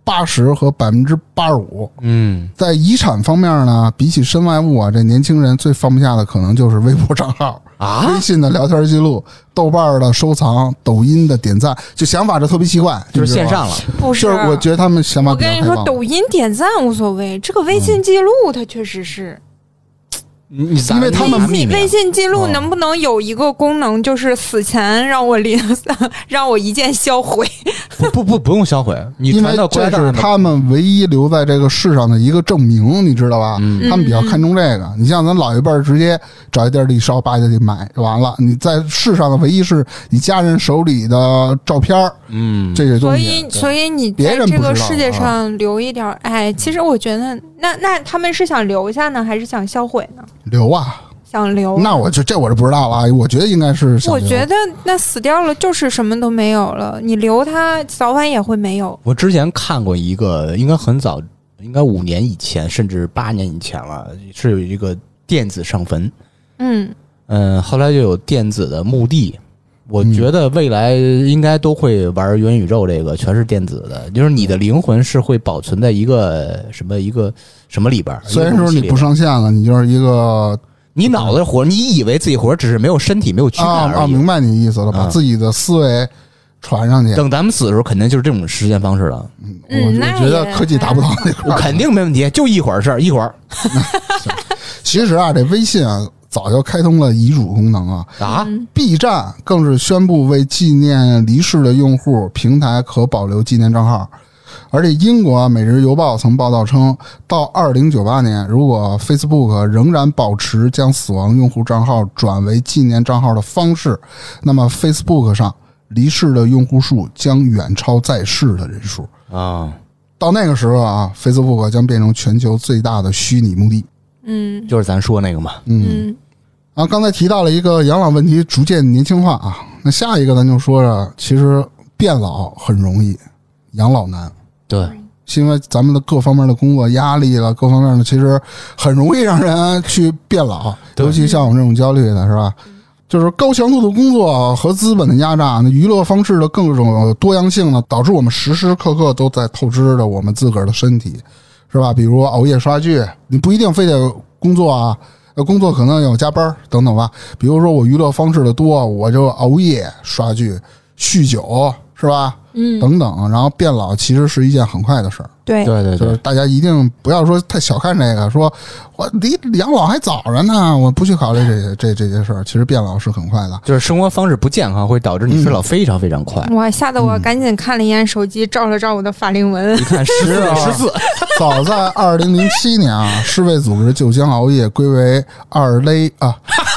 S1: 八十和百分之八十五。
S3: 嗯，
S1: 在遗产方面呢，比起身外物啊，这年轻人最放不下的可能就是微博账号
S3: 啊、
S1: 微信的聊天记录、豆瓣的收藏、抖音的点赞，就想法就特别奇怪，
S3: 就是线上了。
S2: 不是，
S1: 就是我觉得他们想法
S2: 我跟你说，抖音点赞无所谓，这个微信记录它确实是。
S3: 你因
S1: 为他们
S2: 微信微信记录能不能有一个功能，就是死前让我离让我一键销毁？
S3: 不不不不用销毁，你传到
S1: 这是他们唯一留在这个世上的一个证明，你知道吧？
S3: 嗯、
S1: 他们比较看重这个。你像咱老一辈直接找一地儿地烧，叭就得买就完了。你在世上的唯一是你家人手里的照片，嗯，这些东西。
S2: 所以所以你在这个世界上留一点爱，其实我觉得那那他们是想留下呢，还是想销毁呢？
S1: 留啊，
S2: 想留。
S1: 那我就这我就不知道了。我觉得应该是想留。
S2: 我觉得那死掉了就是什么都没有了，你留它早晚也会没有。
S3: 我之前看过一个，应该很早，应该五年以前，甚至八年以前了，是有一个电子上坟。
S2: 嗯
S3: 嗯，后来就有电子的墓地。我觉得未来应该都会玩元宇宙，这个全是电子的，就是你的灵魂是会保存在一个什么一个什么里边。
S1: 虽然说你不上线了，你就是一个
S3: 你脑子活，你以为自己活，只是没有身体，没有躯干而已。
S1: 啊，明白你意思了，把自己的思维传上去。
S3: 等咱们死的时候，肯定就是这种实现方式了。
S1: 嗯，我我觉得科技达不到那块，
S3: 我肯定没问题，就一会儿事儿，一会儿。
S1: 其实啊，这微信啊。早就开通了遗嘱功能啊！
S3: 啊
S1: ，B 站更是宣布为纪念离世的用户，平台可保留纪念账号。而且英国《每日邮报》曾报道称，到二零九八年，如果 Facebook 仍然保持将死亡用户账号转为纪念账号的方式，那么 Facebook 上离世的用户数将远超在世的人数
S3: 啊！
S1: 到那个时候啊 ，Facebook 将变成全球最大的虚拟墓地。
S2: 嗯，
S3: 就是咱说那个嘛。
S2: 嗯。
S1: 啊，刚才提到了一个养老问题逐渐年轻化啊，那下一个咱就说着，其实变老很容易，养老难。
S3: 对，
S1: 因为咱们的各方面的工作压力了，各方面的其实很容易让人去变老，尤其像我们这种焦虑的是吧？就是高强度的工作和资本的压榨，那娱乐方式的各种多样性呢，导致我们时时刻刻都在透支着我们自个儿的身体，是吧？比如熬夜刷剧，你不一定非得工作啊。呃，工作可能有加班等等吧。比如说我娱乐方式的多，我就熬夜刷剧、酗酒，是吧？
S2: 嗯，
S1: 等等。然后变老其实是一件很快的事儿。
S2: 对
S3: 对对，
S1: 就是大家一定不要说太小看这个，说我离养老还早着呢，我不去考虑这些这这些事儿。其实变老是很快的，
S3: 就是生活方式不健康会导致你衰老非常非常快。
S2: 哇、嗯，吓得我赶紧看了一眼手机，照了照我的法令纹，
S3: 你看十四十四。
S1: 早在二零零七年啊，世卫组织就将熬夜归为二类啊，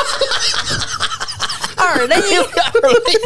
S2: 二类，
S3: 二类。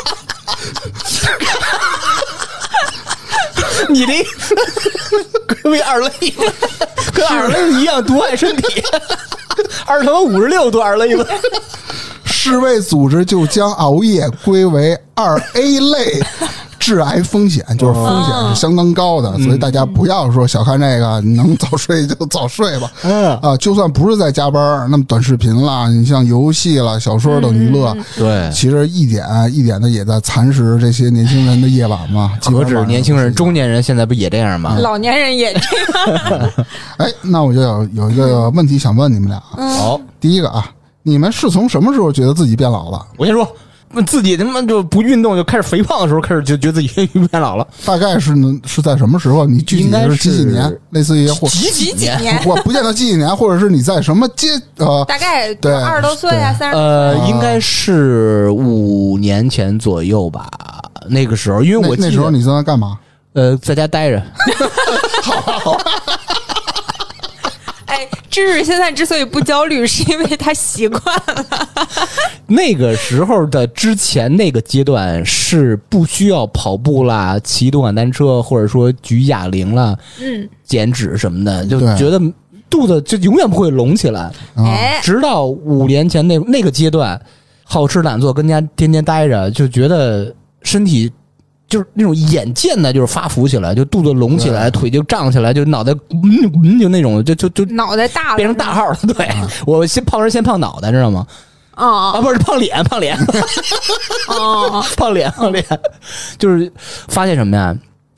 S3: 你这归为二类，跟二类一样毒害身体，二他妈五十六多二类了。
S1: 世卫组织就将熬夜归为二 A 类。致癌风险就是风险是相当高的，哦、所以大家不要说小看这个，你能早睡就早睡吧。嗯啊，就算不是在加班，那么短视频啦，你像游戏啦、小说等娱乐，
S2: 嗯、
S3: 对，
S1: 其实一点一点的也在蚕食这些年轻人的夜晚嘛。
S3: 何止年轻人，中年人现在不也这样吗？
S2: 老年人也这样。
S1: 哎，那我就有有一个问题想问你们俩。
S3: 好、嗯，
S1: 第一个啊，你们是从什么时候觉得自己变老了？
S3: 我先说。自己他妈就不运动就开始肥胖的时候，开始就觉得自己变老了。
S1: 大概是是在什么时候？你具体是几几年？类似于或
S2: 几几年？
S1: 我不见得几几年，或者是你在什么阶呃？
S2: 大概
S1: 对
S2: 二十多岁啊，三十
S3: 呃，应该是五年前左右吧。那个时候，因为我
S1: 那, 那时候你在那干嘛？
S3: 呃，在家待着。
S1: 好啊好啊。
S2: 哎，芝芝现在之所以不焦虑，是因为他习惯了。
S3: 那个时候的之前那个阶段是不需要跑步啦、骑动感单车，或者说举哑铃啦、
S2: 嗯、
S3: 减脂什么的，就觉得肚子就永远不会隆起来。
S2: 哎，
S3: 直到五年前那那个阶段，好吃懒做，跟家天天待着，就觉得身体。就是那种眼见的，就是发福起来，就肚子隆起来，腿就胀起来，就脑袋嗯嗯，就那种，就就就
S2: 脑袋大了，
S3: 变成大号了。对、啊、我先胖人先胖脑袋，知道吗？
S2: 啊
S3: 啊，不是胖脸，胖脸，
S2: 哦，
S3: 胖脸，胖脸，就是发现什么呀？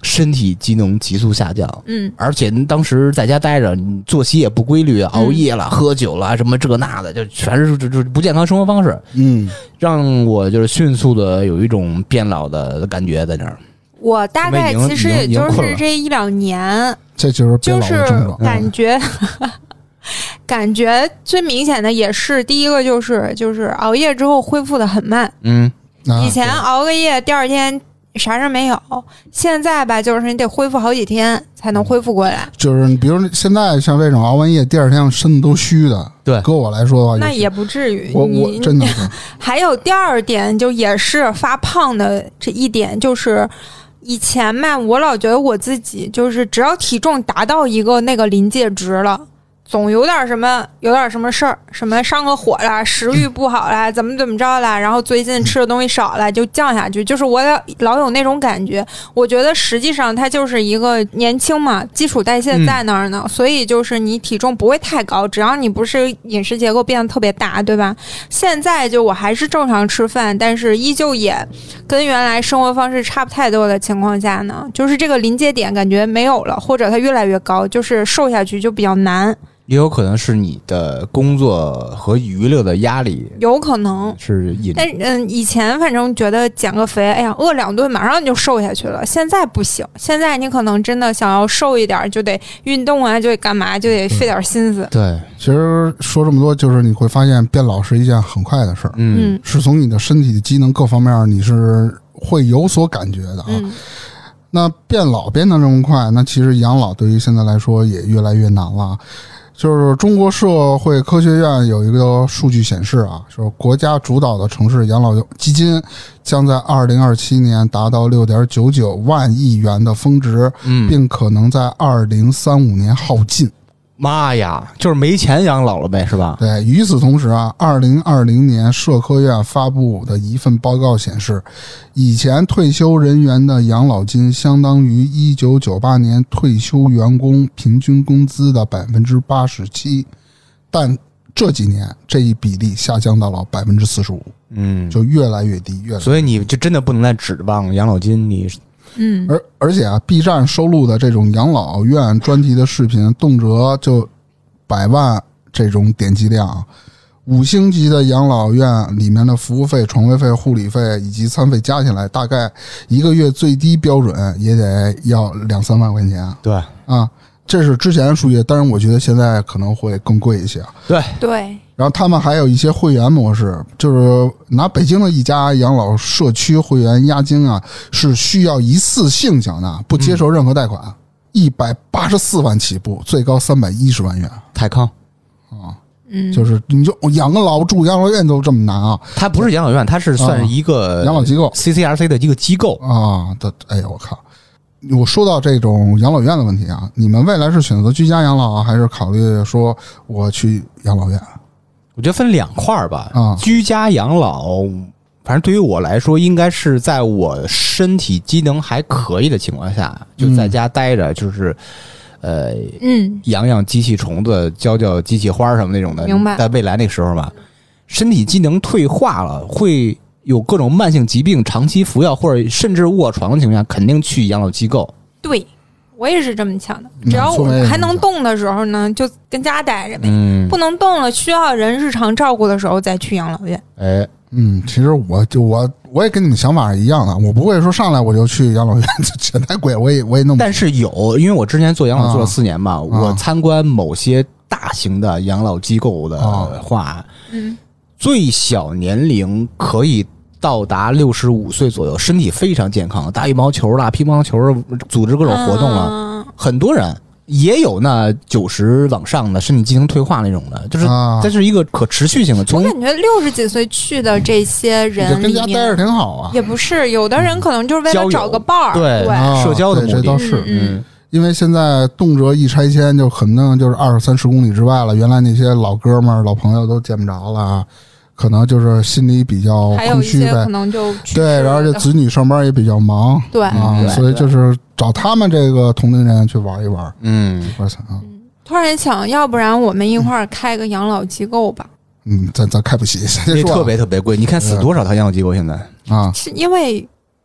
S3: 身体机能急速下降。
S2: 嗯，
S3: 而且当时在家待着，你作息也不规律，熬夜了、嗯、喝酒了，什么这那的，就全是就就不健康生活方式。
S1: 嗯，
S3: 让我就是迅速的有一种变老的感觉在那儿。
S2: 我大概其实也就是这一两年，
S1: 这就是变老的症状，
S2: 就是感觉。嗯感觉最明显的也是第一个就是就是熬夜之后恢复的很慢，
S3: 嗯，
S2: 以前熬个夜第二天啥事没有，现在吧就是你得恢复好几天才能恢复过来。
S1: 就是比如现在像这种熬完夜第二天身子都虚的，
S3: 对，
S1: 搁我来说的话，
S2: 那也不至于。
S1: 我我真的是。
S2: 还有第二点就也是发胖的这一点就是。以前嘛，我老觉得我自己就是只要体重达到一个那个临界值了，总有点什么有点什么事儿，什么上个火了，食欲不好了，怎么怎么着了，然后最近吃的东西少了就降下去，就是我老有那种感觉。我觉得实际上它就是一个年轻嘛，基础代谢在那儿呢、嗯、所以就是你体重不会太高，只要你不是饮食结构变得特别大，对吧？现在就我还是正常吃饭，但是依旧也跟原来生活方式差不太多的情况下呢，就是这个临界点感觉没有了，或者它越来越高，就是瘦下去就比较难。
S3: 也有可能是你的工作和娱乐的压力，
S2: 有可能
S3: 是引。
S2: 但嗯，以前反正觉得减个肥，哎呀，饿两顿马上就瘦下去了。现在不行，现在你可能真的想要瘦一点，就得运动啊，就得干嘛，就得费点心思。
S3: 对，
S1: 其实说这么多，就是你会发现变老是一件很快的事儿，
S3: 嗯，
S1: 是从你的身体的机能各方面你是会有所感觉的啊。嗯，那变老变得这么快，那其实养老对于现在来说也越来越难了。就是中国社会科学院有一个数据显示啊，就是国家主导的城市养老基金将在二零二七年达到 六点九九万亿元的峰值，
S3: 嗯，
S1: 并可能在二零三五年耗尽。
S3: 妈呀，就是没钱养老了呗，是吧？
S1: 对，与此同时啊，二零二零年社科院发布的一份报告显示，以前退休人员的养老金相当于一九九八年退休员工平均工资的 百分之八十七， 但这几年这一比例下降到了 百分之四十五， 嗯，就越来越低，越来越低。
S3: 所以你就真的不能再指望养老金，你
S2: 嗯，
S1: 而而且啊 ，B 站收录的这种养老院专题的视频，动辄就百万这种点击量。五星级的养老院里面的服务费、床位费、护理费以及餐费加起来，大概一个月最低标准也得要两三万块钱。
S3: 对
S1: 啊，这是之前的数据，当然我觉得现在可能会更贵一些。
S3: 对
S2: 对。
S1: 然后他们还有一些会员模式，就是拿北京的一家养老社区会员押金啊，是需要一次性缴纳，不接受任何贷款，一百八十四万起步，最高三百一十万元。
S3: 泰康
S1: 啊，嗯，就是你就养个老住养老院都这么难啊？
S3: 它不是养老院，它是算是一个、
S1: 啊、养老机构
S3: C C R C 的一个机构
S1: 啊。的，哎呀，我靠！我说到这种养老院的问题啊，你们未来是选择居家养老，还是考虑说我去养老院？
S3: 我觉得分两块吧，
S1: 啊，
S3: 居家养老，反正对于我来说，应该是在我身体机能还可以的情况下，就在家待着，就是呃，
S2: 嗯，
S3: 养养机器虫子，浇浇机器花什么那种的。
S2: 明白。
S3: 在未来那个时候嘛，身体机能退化了，会有各种慢性疾病，长期服药或者甚至卧床的情况下，肯定去养老机构。
S2: 对。我也是这么想的，只要我还能动的时候呢，就跟家待着呗。嗯，不能动了，需要人日常照顾的时候再去养老院。
S3: 哎，
S1: 嗯，其实我就我我也跟你们想法是一样的，我不会说上来我就去养老院，钱太贵，我也我也弄不。
S3: 但是有，因为我之前做养老做了四年嘛，啊、我参观某些大型的养老机构的话，
S2: 嗯、啊，
S3: 最小年龄可以到达六十五岁左右，身体非常健康，打羽毛球啦、乒乓球，组织各种活动了，嗯、很多人也有那九十往上的身体机能退化那种的，就是这是一个可持续性的。
S2: 我感觉六十几岁去的这些人里面，
S1: 跟家待着挺好啊。
S2: 也不是，有的人可能就是为了找个伴儿，
S3: 对，
S2: 对
S1: 啊、
S3: 社交的目的。
S1: 这倒是，
S2: 嗯，
S1: 因为现在动辄一拆迁就可能就是二三十公里之外了，原来那些老哥们儿、老朋友都见不着了。可能就是心里比较空虚呗，
S2: 可能就
S1: 对，然后这子女上班也比较忙，
S2: 对
S1: 啊，所以就是找他们这个同龄人去玩一玩，
S3: 嗯，
S1: 我操啊！
S2: 突然想，要不然我们一块儿开个养老机构吧？
S1: 嗯，咱咱开不起，
S3: 那特别特别贵，你看死多少套养老机构现在
S1: 啊？
S2: 是因为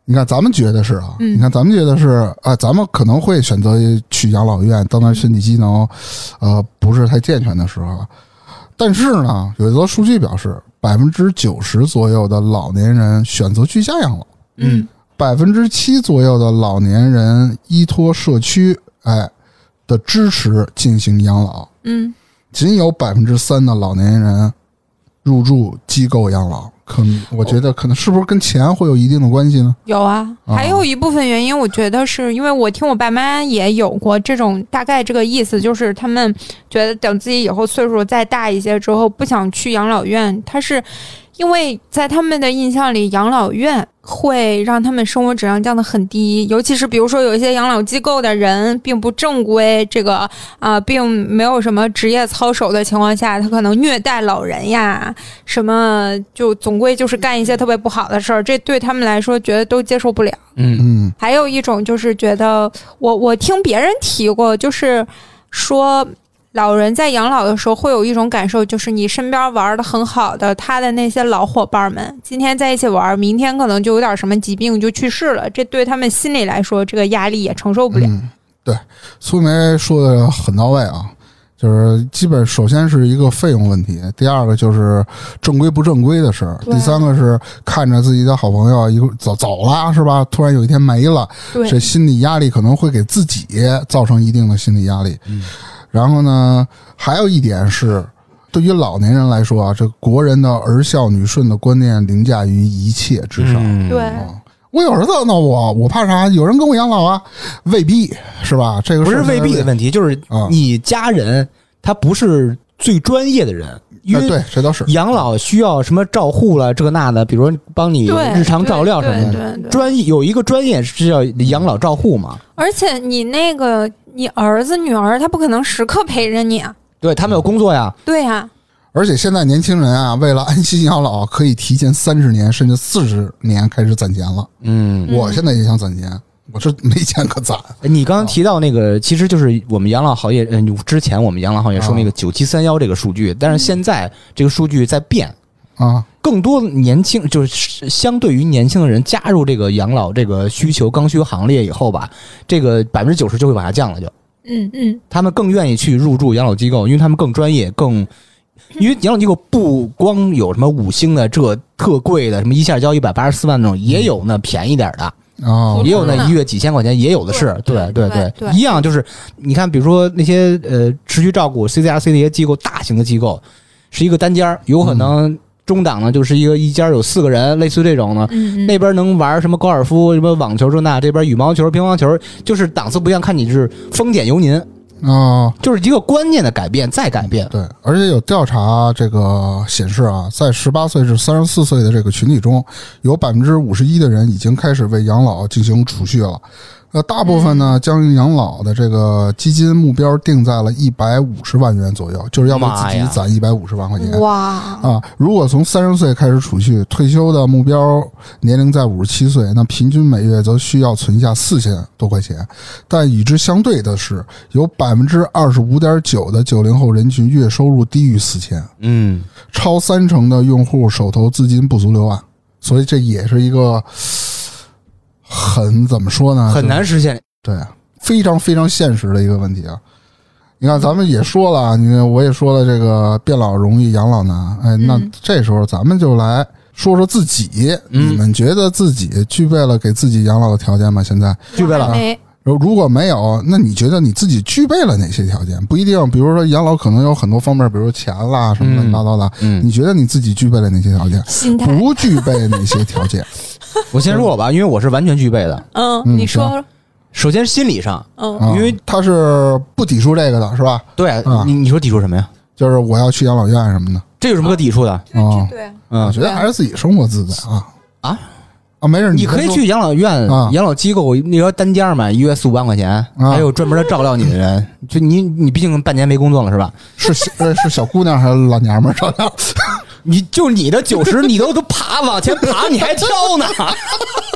S1: 你看咱们觉得是啊，
S2: 嗯、
S1: 你看咱们觉得是啊，咱们可能会选择去养老院，当他身体机能呃不是太健全的时候。但是呢，有一则数据表示，百分之九十左右的老年人选择居家养老，
S2: 嗯，
S1: 百分之七左右的老年人依托社区哎的支持进行养老，
S2: 嗯，
S1: 仅有百分之三的老年人入住机构养老。可能我觉得可能是不是跟钱会有一定的关系呢？
S2: 有啊，还有一部分原因，我觉得是因为我听我爸妈也有过这种大概这个意思，就是他们觉得等自己以后岁数再大一些之后，不想去养老院，他是因为在他们的印象里，养老院会让他们生活质量降得很低，尤其是比如说有一些养老机构的人并不正规，这个啊、呃，并没有什么职业操守的情况下，他可能虐待老人呀，什么就总归就是干一些特别不好的事儿，这对他们来说觉得都接受不了。
S3: 嗯
S1: 嗯，
S2: 还有一种就是觉得，我我听别人提过，就是说。老人在养老的时候会有一种感受，就是你身边玩的很好的他的那些老伙伴们，今天在一起玩，明天可能就有点什么疾病就去世了，这对他们心里来说这个压力也承受不了。
S1: 嗯、对，苏梅说的很到位啊，就是基本首先是一个费用问题，第二个就是正规不正规的事儿，第三个是看着自己的好朋友一个走走了是吧，突然有一天没了，这心理压力可能会给自己造成一定的心理压力。嗯，然后呢，还有一点是，对于老年人来说啊，这国人的儿孝女顺的观念凌驾于一切之上。
S3: 嗯、
S2: 对、
S1: 啊，我有儿子，那我我怕啥？有人跟我养老啊？未必是吧？这个
S3: 不是未必的问题，就是你家人他不是最专业的人。因为
S1: 对，这倒是
S3: 养老需要什么照护了，这个那的，比如说帮你日常照料什么的，专业有一个专业是叫养老照护嘛。
S2: 而且你那个你儿子女儿，他不可能时刻陪着你啊。
S3: 对，他们有工作呀。
S2: 对呀、啊。
S1: 而且现在年轻人啊，为了安心养老，可以提前三十年甚至四十年开始攒钱了。嗯，我现在也想攒钱。我这没钱可攒。
S3: 你刚刚提到那个，其实就是我们养老行业，嗯，之前我们养老行业说那个九七三幺这个数据，但是现在这个数据在变
S1: 啊，
S3: 更多年轻就是相对于年轻的人加入这个养老这个需求刚需行列以后吧，这个百分之九十就会往下降了就，
S2: 嗯嗯，
S3: 他们更愿意去入住养老机构，因为他们更专业，更因为养老机构不光有什么五星的这特贵的，什么一下交一百八十四万那种，也有那便宜点的。
S1: 哦，
S3: 也有那一月几千块钱，也有的是，对对
S2: 对, 对, 对，
S3: 一样就是你看，比如说那些呃持续照顾 C C R C 的一些机构，大型的机构是一个单间，有可能中档呢就是一个一间有四个人，类似于这种呢，
S2: 嗯、
S3: 那边能玩什么高尔夫、什么网球这那，这边羽毛球、乒乓球，就是档次不一样，看你是丰俭由您。
S1: 哦，
S3: 就是一个观念的改变，再改变。
S1: 对，而且有调查这个显示啊，在十八岁至三十四岁的这个群体中，有百分之五十一的人已经开始为养老进行储蓄了。呃，大部分呢将养老的这个基金目标定在了一百五十万元左右，就是要为自己攒一百五十万块钱。
S2: 哇
S1: 啊！如果从三十岁开始储蓄，退休的目标年龄在五十七岁，那平均每月则需要存下四千多块钱。但与之相对的是，有百分之二十五点九的九零后人群月收入低于四千，
S3: 嗯，
S1: 超三成的用户手头资金不足六万，所以这也是一个。很怎么说呢？
S3: 很难实现，
S1: 对，非常非常现实的一个问题啊！你看，咱们也说了，你我也说了，这个变老容易养老难。哎，那这时候咱们就来说说自己，
S3: 嗯、
S1: 你们觉得自己具备了给自己养老的条件吗？现在
S3: 具备了啊。
S1: 如果没有，那你觉得你自己具备了哪些条件？不一定，比如说养老可能有很多方面，比如说钱啦什么乱七八糟的。嗯，你觉得你自己具备了哪些条件？
S2: 心态
S1: 不具备哪些条件？
S3: 我先说我吧，因为我是完全具备的。
S2: 嗯，你说。
S3: 首先心理上，
S2: 嗯，
S3: 因为
S1: 他是不抵触这个的，是吧？
S3: 对，你你说抵触什么呀？
S1: 就是我要去养老院什么的，
S3: 这有什么可抵触的？
S1: 啊，
S2: 对，
S1: 嗯，我觉得还是自己生活自在啊
S3: 啊。
S1: 啊，没事，
S3: 你可以去养老院、
S1: 啊、
S3: 养老机构，那个单间嘛，一月四五万块钱，
S1: 啊、
S3: 还有专门的照料你的人。就你，你毕竟半年没工作了，是吧？
S1: 是呃是小姑娘还是老娘们照料？
S3: 你就你的九十，你都都爬往前爬，你还挑呢？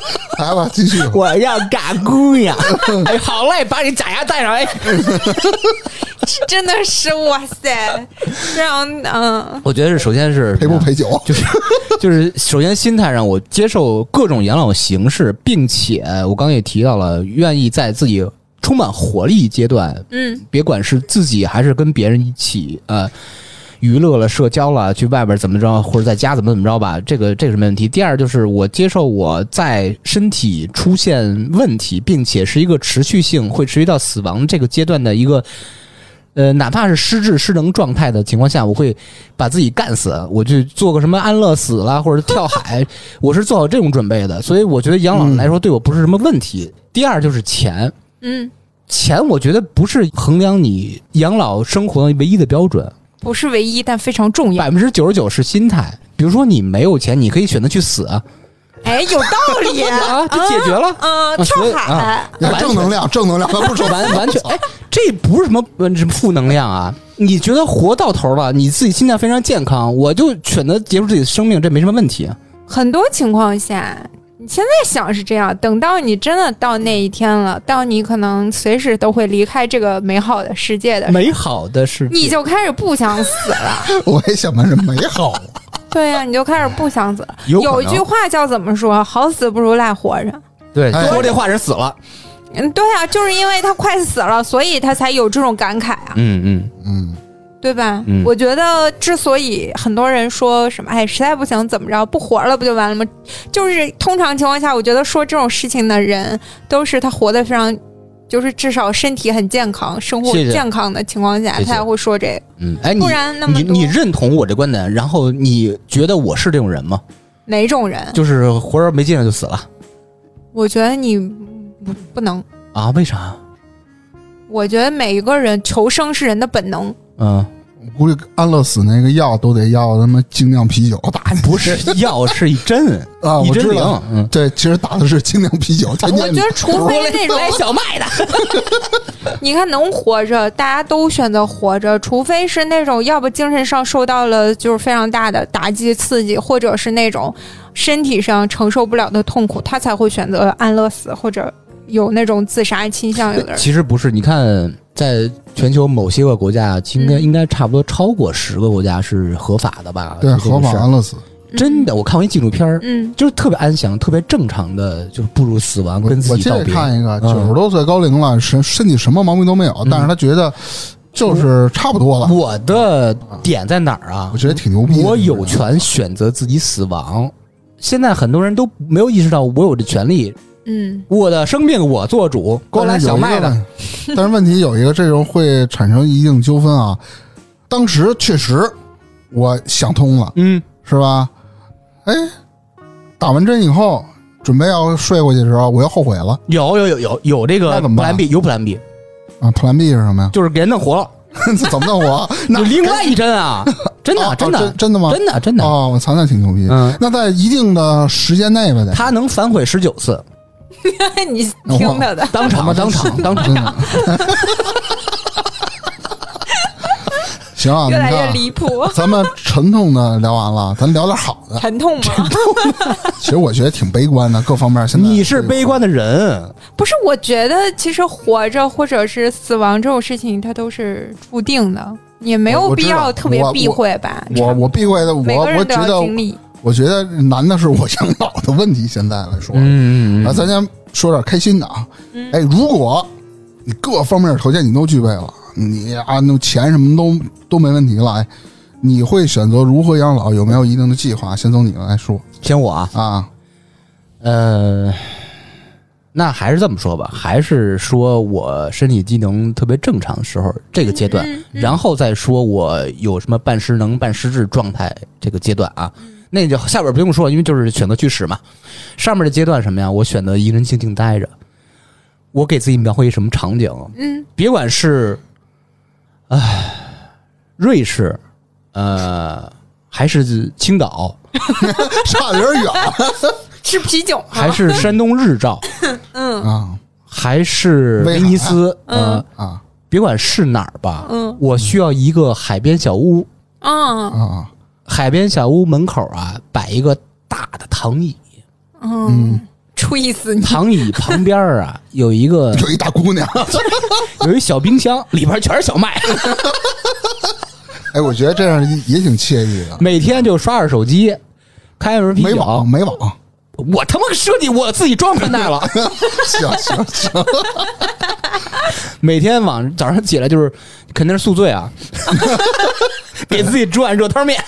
S1: 来吧，继续。
S3: 我要嘎姑娘。哎，好嘞，把你假牙戴上。哎，
S2: 这真的是哇塞，非常嗯。
S3: 我觉得是，首先是
S1: 陪不陪酒，
S3: 就是就是首先心态上，我接受各种养老形式，并且我刚刚也提到了，愿意在自己充满活力阶段，
S2: 嗯，
S3: 别管是自己还是跟别人一起，呃。娱乐了、社交了，去外边怎么着，或者在家怎么怎么着吧，这个这个是没问题。第二就是我接受我在身体出现问题，并且是一个持续性会持续到死亡这个阶段的一个，呃，哪怕是失智失能状态的情况下，我会把自己干死，我去做个什么安乐死啦，或者跳海，我是做好这种准备的。所以我觉得养老来说对我不是什么问题。嗯、第二就是钱，
S2: 嗯，
S3: 钱我觉得不是衡量你养老生活的唯一的标准。
S2: 不是唯一，但非常重要。
S3: 百分之九十九是心态。比如说你没有钱，你可以选择去死。
S2: 哎，有道理
S3: 啊，就解决了。
S2: 嗯，嗯跳海，
S1: 啊、正能量，正能量，不是
S3: 完完全。哎，这不是什么什么负能量啊！你觉得活到头了，你自己心态非常健康，我就选择结束自己的生命，这没什么问题。
S2: 很多情况下。你现在想是这样，等到你真的到那一天了，到你可能随时都会离开这个美好的世界的
S3: 美好的世界，
S2: 你就开始不想死了。
S1: 我也想问，这美好。
S2: 对呀、啊，你就开始不想死了。
S3: 有,
S2: 有一句话叫怎么说？好死不如赖活着。
S3: 对，说这话人死了。
S2: 嗯，对啊，就是因为他快死了，所以他才有这种感慨啊。
S3: 嗯嗯
S1: 嗯。
S2: 对吧、
S3: 嗯？
S2: 我觉得之所以很多人说什么，哎，实在不行怎么着，不活了不就完了吗？就是通常情况下，我觉得说这种事情的人，都是他活得非常，就是至少身体很健康，生活健康的情况下，
S3: 谢谢
S2: 他才会说这个。
S3: 嗯，哎，
S2: 不然那么
S3: 你你认同我这观点，然后你觉得我是这种人吗？
S2: 哪种人？
S3: 就是活着没劲了就死了。
S2: 我觉得你不不能
S3: 啊？为啥？
S2: 我觉得每一个人求生是人的本能。
S3: 嗯，
S1: 我估计安乐死那个药都得要他妈精酿啤酒打，
S3: 不是药是一针
S1: 啊，
S3: 一针灵。
S1: 嗯，对，其实打的是精酿啤酒。天天
S2: 我觉得除非那种
S3: 小麦的，
S2: 你看能活着，大家都选择活着，除非是那种要不精神上受到了就是非常大的打击刺激，或者是那种身体上承受不了的痛苦，他才会选择安乐死或者有那种自杀倾向。有的人
S3: 其实不是，你看。在全球某些个国家，应该、嗯、应该差不多超过十个国家是合法的吧？
S1: 对，合法安乐死，
S3: 真的，我看过一纪录片，
S2: 嗯，
S3: 就是特别安详、特别正常的，就是步入死亡，跟自己道别。
S1: 我记得看一个九十多岁高龄了，身、嗯、身体什么毛病都没有，但是他觉得就是差不多了。
S3: 我的点在哪儿啊？
S1: 我觉得挺牛逼的。
S3: 我有权选择自己死亡。现在很多人都没有意识到我有这权利。
S2: 嗯，
S3: 我的生命我做主，给我来小麦的。
S1: 但是问题有一个，这种会产生一定纠纷啊。当时确实我想通了，
S3: 嗯，
S1: 是吧？哎，打完针以后，准备要睡过去的时候，我又后悔了。
S3: 有有有有有这个 plan B， 有 plan B
S1: 啊 ，plan B 是什么呀？
S3: 就是给人弄活了。
S1: 怎么弄活？
S3: 那另外一针啊，真的、
S1: 哦、
S3: 真的、
S1: 哦、真的吗？
S3: 真的真的
S1: 哦，我操，那挺牛逼。
S3: 嗯，
S1: 那在一定的时间内吧，得
S3: 他能反悔十九次。
S2: 你听他的，
S3: 当场当场当场。
S1: 行啊，
S2: 越来越离谱。
S1: 咱们沉痛的聊完了，咱聊点好的。
S2: 沉痛吗？
S1: 其实我觉得挺悲观的，各方面。现在
S3: 你是悲观的人，
S2: 不是？我觉得其实活着或者是死亡这种事情，它都是注定的，也没有必要特别避讳吧。
S1: 我我, 我避讳的，我我觉得。我觉得难的是我养老的问题。现在来说，
S3: 嗯，
S1: 啊，咱先说点开心的啊。
S2: 嗯、
S1: 哎，如果你各方面条件你都具备了，你啊那钱什么都都没问题了，哎，你会选择如何养老？有没有一定的计划？先从你来说。
S3: 先我啊
S1: 啊，
S3: 呃，那还是这么说吧，还是说我身体机能特别正常的时候这个阶段，
S2: 嗯嗯、
S3: 然后再说我有什么半失能、半失智状态这个阶段啊。那就下边不用说，因为就是选择去死嘛。上面的阶段什么呀？我选择一个人静静待着，我给自己描绘一什么场景？
S2: 嗯，
S3: 别管是，唉，瑞士，呃，还是青岛，
S1: 差点远，
S2: 吃啤酒，
S3: 还是山东日照，
S2: 嗯
S1: 啊，
S3: 还是威尼斯，呃
S1: 啊，
S3: 别管是哪儿吧，
S2: 嗯，
S3: 我需要一个海边小屋，
S2: 啊
S1: 啊。
S3: 海边小屋门口啊，摆一个大的躺椅，
S2: 嗯， 注意死你！
S3: 躺椅旁边啊有一个
S1: 有一大姑娘，
S3: 有一小冰箱，里边全是小麦。
S1: 哎，我觉得这样也挺惬意的。
S3: 每天就刷着手机，开门啤酒，
S1: 没网没网，
S3: 我他妈设计我自己装宽带了。
S1: 行行行，
S3: 每天晚早上起来就是肯定是宿醉啊，给自己煮碗热汤面。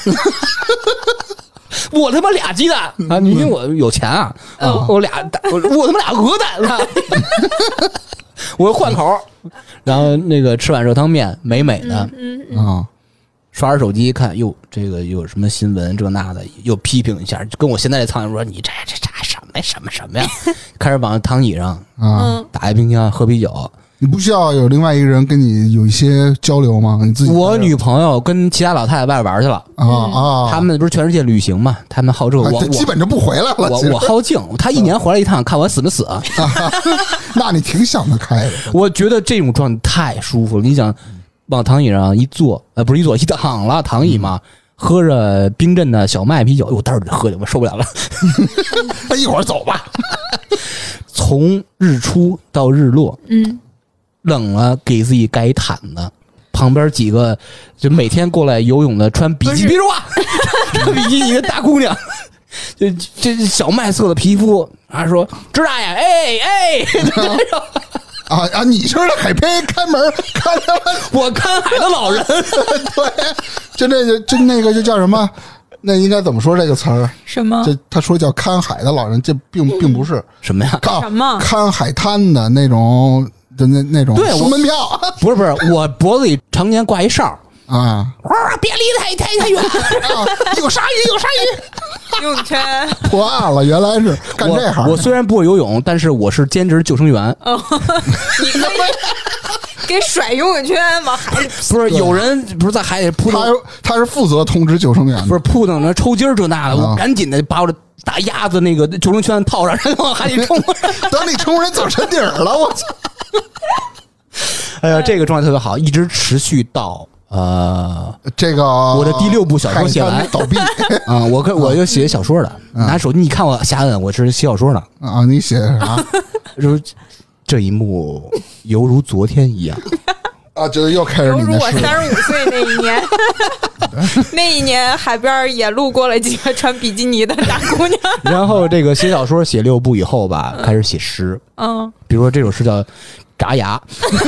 S3: 我他妈俩鸡蛋啊！明明我有钱啊，
S2: 嗯、
S3: 我俩我我他妈俩鹅蛋啊！我换口，然后那个吃碗热汤面，美美的啊。
S2: 嗯嗯嗯
S3: 刷着手机看，哟，这个有什么新闻这那的，又批评一下，就跟我现在这苍蝇说你这这这什么呀什么什么呀，开始往躺椅上
S1: 啊，
S3: 打开冰箱喝啤酒。
S1: 你不需要有另外一个人跟你有一些交流吗？你自己
S3: 我女朋友跟其他老太太外边玩去了
S1: 啊啊！
S3: 他们不是全世界旅行嘛？他们好这个，我
S1: 基本就不回来了。
S3: 我我好静，他一年回来一趟，看我死没死啊？
S1: 那你挺想得开的。
S3: 我觉得这种状态太舒服了。你想往躺椅上一坐，呃，不是一坐，一躺了躺椅嘛，喝着冰镇的小麦啤酒，我待会儿喝去，我受不了了。
S1: 那一会儿走吧。
S3: 从日出到日落，
S2: 嗯。
S3: 冷了，给自己盖一毯子，旁边几个就每天过来游泳的穿比基尼，别说话，穿比基尼的大姑娘，就这小麦色的皮肤，啊说知道呀，哎哎，
S1: 啊啊！你是海边开门看他们，
S3: 我看海的老人，
S1: 对，就那个就那个就叫什么？那应该怎么说这个词儿？
S2: 什么？
S1: 这他说叫看海的老人，这并并不是
S3: 什么呀？
S2: 什么？
S1: 看海滩的那种。就那那种收门票，
S3: 不是不是，我脖子里常年挂一哨
S1: 啊！
S3: 哇，别离太太太远，
S1: 啊、有鲨鱼，有鲨鱼，
S2: 游泳圈
S1: 破案了，原来是干这行
S3: 我。我虽然不会游泳，但是我是兼职救生员。
S2: 哦，你可以给甩游泳圈往海里。
S3: 不是有人不是在海里扑腾，
S1: 他他是负责通知救生员的，
S3: 不是扑腾着抽筋儿这那的，我赶紧的把我的大鸭子那个救生圈套上，然后往海里冲。
S1: 等你冲人走沉底儿了，我操！
S3: 哎呀，这个状态特别好，一直持续到呃，
S1: 这个
S3: 我的第六部小说写完
S1: 倒闭
S3: 啊、嗯，我跟我就写小说的，
S1: 嗯、
S3: 拿手机你看我瞎摁，我是写小说的
S1: 啊，你写啥？
S3: 就是这一幕犹如昨天一样
S1: 啊，就又开始
S2: 犹如我三十五岁那一年，那一年海边也路过了几个穿比基尼的大姑娘。
S3: 然后这个写小说写六部以后吧，开始写诗，
S2: 嗯，
S3: 比如说这首诗叫。炸牙，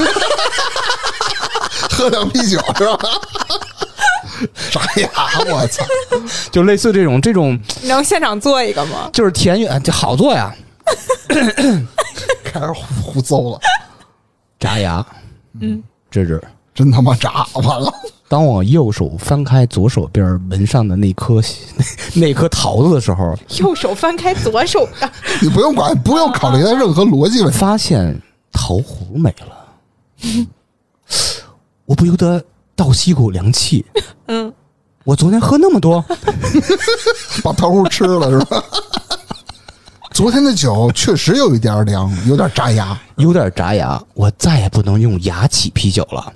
S1: 喝两啤酒是吧？炸牙，我操！
S3: 就类似这种这种，
S2: 能现场做一个吗？
S3: 就是田园，就好做呀。
S1: 开始胡诌了。
S3: 炸牙，
S2: 嗯，
S3: 这是
S1: 真他妈炸！完了。
S3: 当我右手翻开左手边门上的那颗那颗桃子的时候，
S2: 右手翻开左手的，
S1: 你不用管，不用考虑它任何逻辑问题，
S3: 发现。桃核没了，我不由得倒吸口凉气。
S2: 嗯，
S3: 我昨天喝那么多，
S1: 把桃核吃了是吧？昨天的酒确实有一点凉，有点扎牙，
S3: 有点扎牙。我再也不能用牙起啤酒了。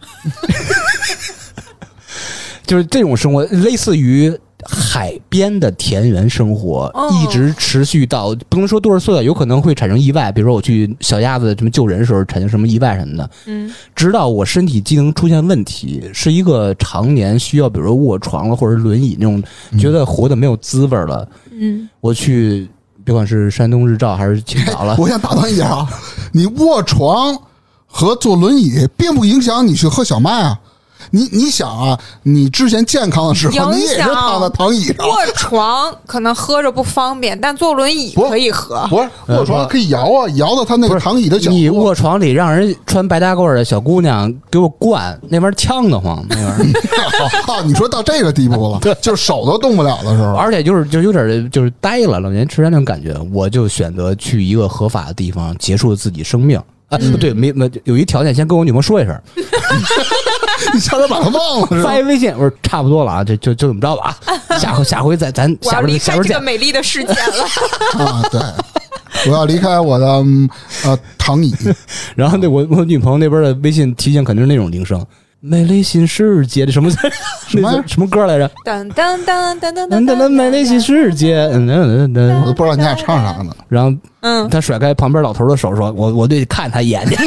S3: 就是这种生活，类似于海边的田园生活，
S2: 哦、
S3: 一直持续到不能说多少岁了，有可能会产生意外。比如说我去小鸭子什么救人的时候产生什么意外什么的，
S2: 嗯，
S3: 直到我身体机能出现问题，是一个常年需要比如说卧床了或者轮椅那种，觉得活得没有滋味了，
S2: 嗯，
S3: 我去别管是山东日照还是青岛了，
S1: 我想打断一下啊，你卧床和坐轮椅并不影响你去喝小麦啊。你你想啊，你之前健康的时候，你也是躺在躺椅上。
S2: 卧床可能喝着不方便，但坐轮椅可以喝。
S1: 不是卧床可以摇啊，摇到他那个躺椅的角度。
S3: 你卧床里让人穿白大褂的小姑娘给我灌，那玩意儿呛得慌，那玩意
S1: 儿。啊，你说到这个地步了，就手都动不了的时候，
S3: 而且就是就有点就是呆了，老年痴呆那种感觉，我就选择去一个合法的地方结束自己生命。啊，不对，没没有一条件，先跟我女朋友说一声。
S1: 你差点把他忘了，
S3: 发一微信，我说差不多了啊，就就就这么着吧啊，下回下回再咱下边下边见。
S2: 这个美丽的世界了
S1: 啊，对，我要离开我的呃躺椅。
S3: 然后那我我女朋友那边的微信提醒肯定是那种铃声， 美丽新世界的什么
S1: 什么
S3: 什么歌来着？
S2: 噔噔噔噔噔
S3: 噔噔噔，美丽新世界，嗯噔噔噔，
S1: 我都不知道你俩唱啥呢。
S3: 然后，
S2: 嗯，
S3: 他甩开旁边老头的手说：“我我得看他一眼去。”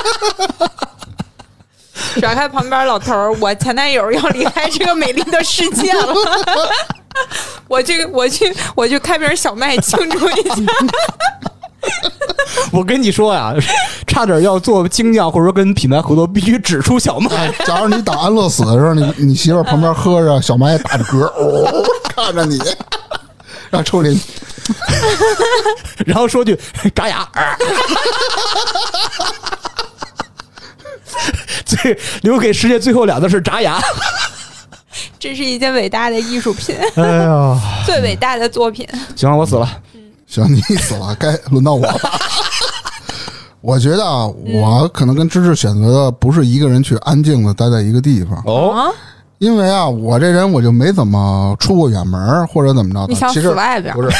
S2: 甩开旁边老头儿，我前男友要离开这个美丽的世界了。我去，我去，我去开瓶小麦庆祝一下。
S3: 我跟你说呀，差点要做精酿或者说跟品牌合作，必须只出小麦。
S1: 假如你打安乐死的时候，你你媳妇儿旁边喝着小麦打着嗝，哦，看着你，让抽进去，
S3: 然后说句扎牙。最留给世界最后两个是扎牙。
S2: 这是一件伟大的艺术品，
S3: 哎呀，
S2: 最伟大的作品。
S3: 行了，我死了。
S1: 行，你死了，该轮到我了。我觉得啊，我可能跟芝芝选择的不是一个人去安静的待在一个地方
S3: 哦，
S1: 因为啊，我这人我就没怎么出过远门或者怎么着的。
S2: 你想死外边？
S1: 不是。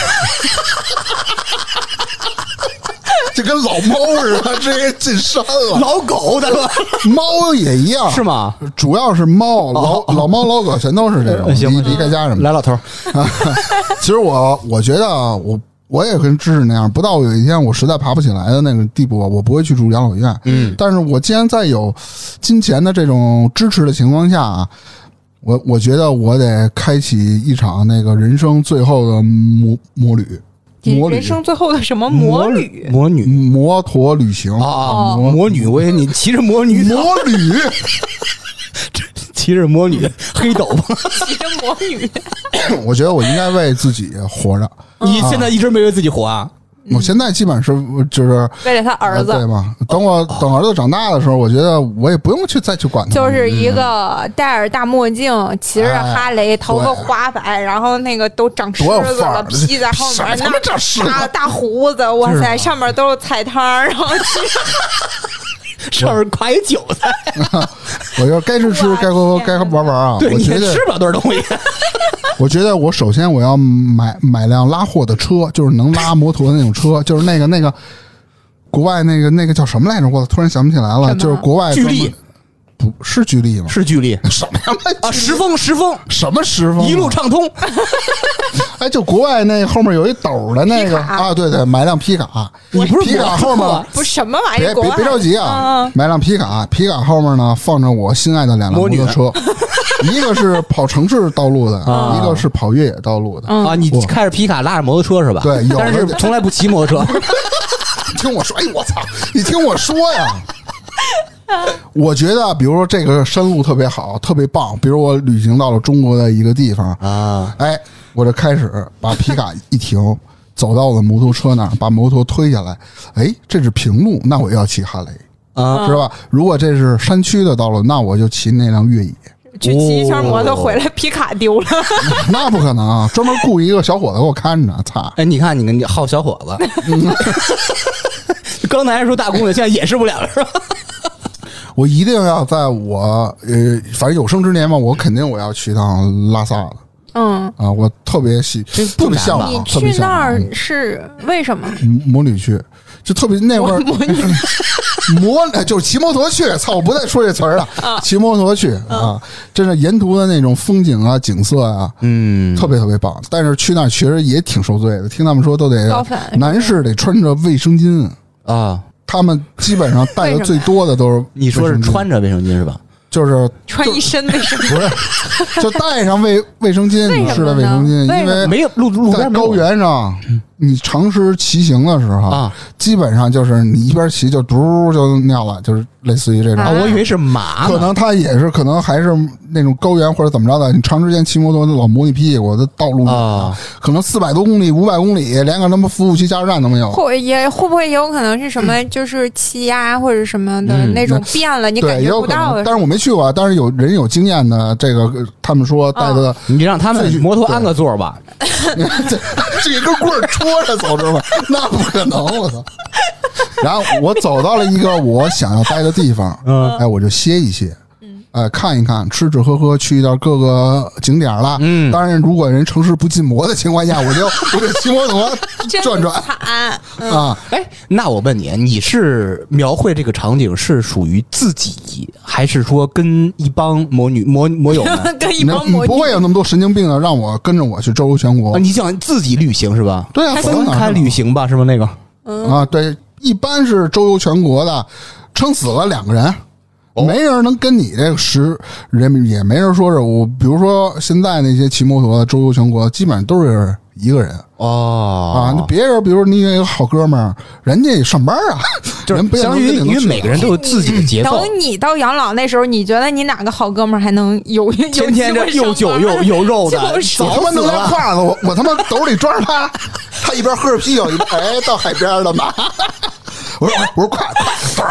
S1: 就跟老猫似的，直接进山了。
S3: 老狗的吧？
S1: 猫也一样，
S3: 是吗？
S1: 主要是猫，老老猫老狗全都是这种，离离开家什么的。
S3: 来，老头。
S1: 其实我我觉得我我也跟芝芝那样，不到有一天我实在爬不起来的那个地步，我不会去住养老院。
S3: 嗯，
S1: 但是我既然在有金钱的这种支持的情况下啊，我我觉得我得开启一场那个人生最后的摩摩旅。
S2: 人生最后的什么魔女？
S3: 魔女
S1: 摩托旅行
S3: 啊！魔女，我以为你骑着魔女
S1: 魔旅，
S3: 骑着魔女黑斗篷，
S2: 骑着魔女。
S1: 我觉得我应该为自己活着。
S3: 你现在一直没为自己活啊？
S1: 我现在基本是就是
S2: 为了他儿子，
S1: 对吗？等我等儿子长大的时候，我觉得我也不用去再去管他，
S2: 就是一个戴着大墨镜，骑着哈雷，头发花白，然后那个都长虱子了，披在后面，那大大胡子，哇塞，上面都是菜汤，然后
S3: 上面挂一韭菜。
S1: 我要该吃吃，该喝喝，该玩玩啊！
S3: 对，
S1: 我觉得
S3: 吃不了多少东西。
S1: 我觉得我首先我要买买辆拉货的车，就是能拉摩托的那种车，就是那个那个国外那个那个叫什么来着？我突然想不起来了，就是国外
S3: 巨力，
S1: 不是巨力吗？
S3: 是巨力，
S1: 什么呀？
S3: 啊，石峰，石峰，
S1: 什么石峰？
S3: 一路畅通。
S1: 哎，就国外那后面有一斗的那个啊，对对，买辆皮卡。
S3: 你不是
S1: 皮卡后面
S2: 不是什么玩意儿？
S1: 别别别着急啊，买辆皮卡，皮卡后面呢放着我心爱的两辆摩托车。一个是跑城市道路的，啊、一个是跑越野道路的、
S3: 嗯、啊！你开着皮卡拉着摩托车是吧？
S1: 对，有
S3: 但是从来不骑摩托车。
S1: 你听我说，哎，我操！你听我说呀！我觉得，比如说这个山路特别好，特别棒。比如我旅行到了中国的一个地方啊，哎，我就开始把皮卡一停，走到了摩托车那儿，把摩托推下来。哎，这是平路，那我要骑哈雷啊，是吧？如果这是山区的道路，那我就骑那辆越野。
S2: 去骑一圈摩托回来，皮卡丢了，
S1: 那不可能啊！专门雇一个小伙子给我看着，操！
S3: 哎，你看你你好小伙子，刚才说大姑娘，现在掩饰不了了，是吧？
S1: 我一定要在我呃，反正有生之年嘛，我肯定我要去趟拉萨的。嗯啊，我特别喜，特别向往。
S2: 你去那儿是为什么？
S1: 摩旅去，就特别那会儿摩就是骑摩托去。操，我不再说这词儿了。骑摩托去啊，真是沿途的那种风景啊、景色啊，嗯，特别特别棒。但是去那儿确实也挺受罪的，听他们说都得男士得穿着卫生巾啊。他们基本上带的最多的都是，
S3: 你说是穿着卫生巾是吧？
S1: 就是
S2: 穿一身卫生巾，
S1: 不是，就带上卫卫生巾，女士的卫生巾，因为
S3: 没有路路
S1: 在高原上，你长时骑行的时候啊，基本上就是你一边骑就嘟就尿了，就是类似于这种。
S3: 啊，我以为是马，
S1: 可能他也是，可能还是那种高原或者怎么着的。你长时间骑摩托，老磨你屁股的道路啊，可能四百多公里、五百公里，连个他妈服务区加油站都没有。
S2: 会也会不会也有可能是什么，就是气压或者什么的那种变了，你感觉不到的。
S1: 但是我没去过，但是有人有经验的，这个他们说带的，
S3: 你让他们摩托安个座吧。
S1: 这这一根棍儿戳着走着吧，那不可能！我操！然后我走到了一个我想要待的地方，嗯，哎，我就歇一歇，嗯， 呃，看一看，吃吃喝喝，去一点各个景点了。嗯，当然，如果人城市不禁摩的情况下，我就我就骑摩托转转。
S2: 惨、嗯、
S1: 啊！
S3: 哎，那我问你，你是描绘这个场景是属于自己，还是说跟一帮魔女魔魔友们？
S2: 跟一帮魔女
S1: 不会有那么多神经病的让我跟着我去周游全国。
S3: 啊、你想自己旅行是吧？
S1: 对啊，
S3: 分开旅行吧，是吗？那个、
S2: 嗯、
S1: 啊，对，一般是周游全国的，撑死了两个人。哦、没人能跟你这个十人，也没人说是我，比如说现在那些骑摩托的周游全国，基本上都是一个人
S3: 哦
S1: 啊。那别人，比如你有一个好哥们儿，人家上班啊，
S3: 就是相当于因为每个人都有自己的节奏。
S2: 等你到养老那时候，你觉得你哪个好哥们儿还能有
S3: 天天这又酒又又肉的？
S1: 我他妈弄条胯子，我我他妈兜里装着他，他一边喝着啤酒，一边哎到海边了嘛。我说我说快快。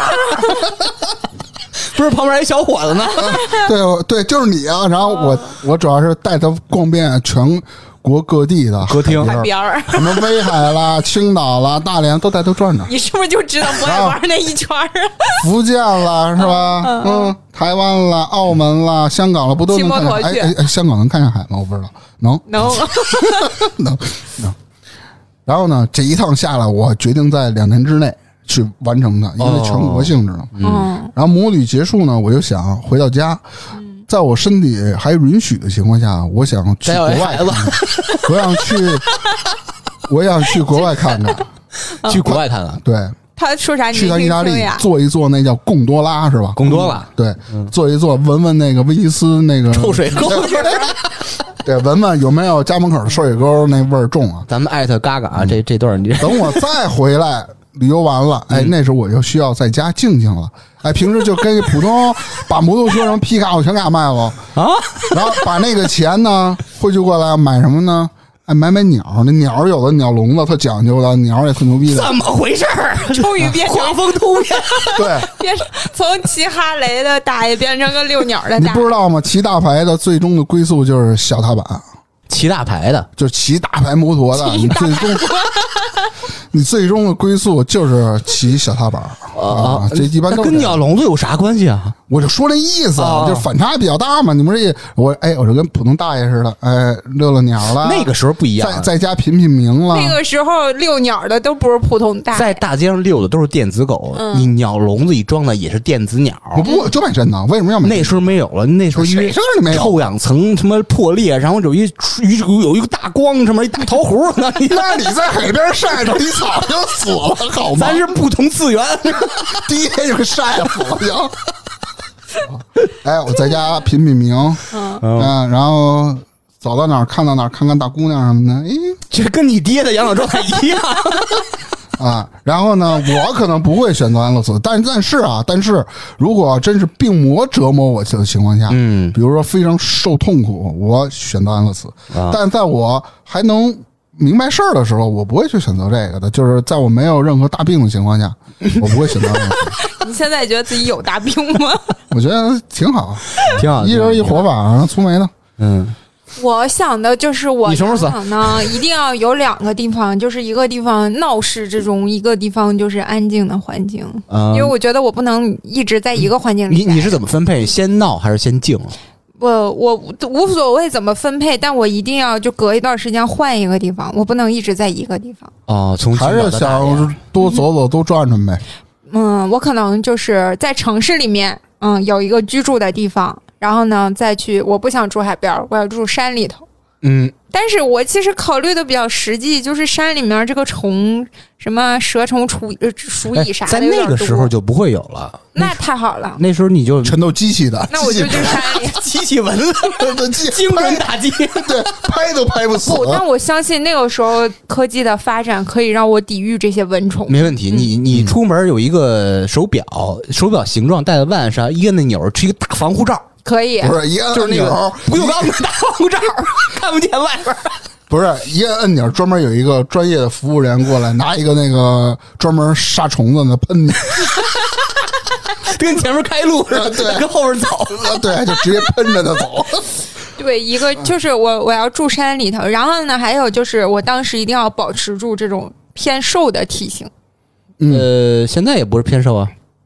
S3: 不是旁边一小伙子呢？
S1: 对对，就是你啊！然后我我主要是带他逛遍全国各地的
S3: 歌厅、
S2: 海边儿，
S1: 什么威海啦、青岛啦、大连都带他转转。
S2: 你是不是就知道不爱玩那一圈儿？
S1: 福建啦，是吧？嗯，嗯台湾啦、澳门啦、香港啦，不都能看见？哎哎哎，香港能看见海吗？我不知道，能
S2: 能
S1: 能能。然后呢，这一趟下来，我决定在两年之内去完成它，因为全国性质了。
S2: 嗯。
S1: 然后摩旅结束呢，我就想回到家，嗯、在我身体还允许的情况下，我想去国外看看，我想去，我想去国外看看，
S3: 去国外看看。
S1: 对，
S2: 他说啥？
S1: 去趟意大利坐一坐，那叫贡多拉是吧？
S3: 贡多拉，
S1: 对，嗯、坐一坐，闻闻那个威尼斯那个
S3: 臭水沟。
S1: 对，闻闻有没有家门口的臭水沟那味儿重啊？
S3: 咱们艾特嘎嘎这这段，
S1: 等我再回来。旅游完了，哎，那时候我就需要在家静静了。哎，平时就跟普通把摩托车什么皮卡我全给他卖了啊，然后把那个钱呢汇聚过来买什么呢？哎，买买鸟，那鸟有的鸟笼子特讲究的，鸟也特牛逼的。
S3: 怎么回事？
S2: 终于变成
S3: 画风突变，
S1: 对，
S2: 变成从骑哈雷的大爷变成个遛鸟的大爷。
S1: 你不知道吗？骑大牌的最终的归宿就是小踏板。
S3: 骑大牌的，
S1: 就是骑大牌摩托的，你最终你最终的归宿就是骑小踏板啊！这一般都
S3: 跟鸟笼子有啥关系啊？
S1: 我就说这意思，啊、就是反差比较大嘛。你们这我哎，我就跟普通大爷似的，哎，遛遛鸟了。
S3: 那个时候不一样，
S1: 在在家品品茗了。
S2: 那个时候遛鸟的都不是普通大爷，
S3: 在大街上遛的都是电子狗，嗯、你鸟笼子里装的也是电子鸟。
S1: 我不就买真的，为什么要买？
S3: 那时候没有了，那时候因为臭氧层什么破裂，然后有一有一个大光，上面一大桃核。那你
S1: 那你在海边晒着，你早就死了，好吗？
S3: 咱是不同次元，
S1: 第一天就给晒死了就。哎，我在家品品茗，嗯、啊，然后走到哪儿看到哪儿，看看大姑娘什么的，哎，
S3: 这跟你爹的养老状态一样
S1: 啊。然后呢，我可能不会选择安乐死，但但是啊，但是如果真是病魔折磨我的情况下，嗯，比如说非常受痛苦，我选择安乐死。啊、但在我还能明白事儿的时候，我不会去选择这个的，就是在我没有任何大病的情况下，我不会选择安乐死。
S2: 你现在觉得自己有大病吗？
S1: 我觉得挺好，
S3: 挺好，
S1: 一人一活法，粗眉的。嗯，
S2: 我想的就是我
S3: 你什么时候
S2: 想呢，一定要有两个地方，就是一个地方闹市之中，一个地方就是安静的环境。嗯，因为我觉得我不能一直在一个环境里。
S3: 你你是怎么分配？先闹还是先静？
S2: 我我无所谓怎么分配，但我一定要就隔一段时间换一个地方，我不能一直在一个地方。
S3: 哦，从
S1: 还是想多走走，多转转呗。
S2: 嗯，我可能就是在城市里面，嗯，有一个居住的地方，然后呢，再去。我不想住海边，我要住山里头。嗯，但是我其实考虑的比较实际，就是山里面这个虫，什么蛇虫、鼠鼠蚁啥的，
S3: 在那个时候就不会有了。
S2: 那太好了，
S3: 那时候你就
S1: 全都机器的，
S2: 那我就去山里，
S3: 机器蚊子，精准打击，
S1: 对，拍都拍不死。
S2: 不，但我相信那个时候科技的发展可以让我抵御这些蚊虫。
S3: 没问题，你你出门有一个手表，手表形状戴在腕上，一摁那钮是一个大防护罩。
S2: 可以，
S1: 不是一按
S3: 就是那个不锈钢的大防护罩，看不见外边。
S1: 不是一按按钮，专门有一个专业的服务员过来，拿一个那个专门杀虫子的喷你，
S3: 跟前面开路似的，
S1: 对，
S3: 跟后面走，
S1: 对，就直接喷着他走。
S2: 对，一个就是我我要住山里头，然后呢，还有就是我当时一定要保持住这种偏瘦的体型。
S3: 呃，现在也不是偏瘦啊。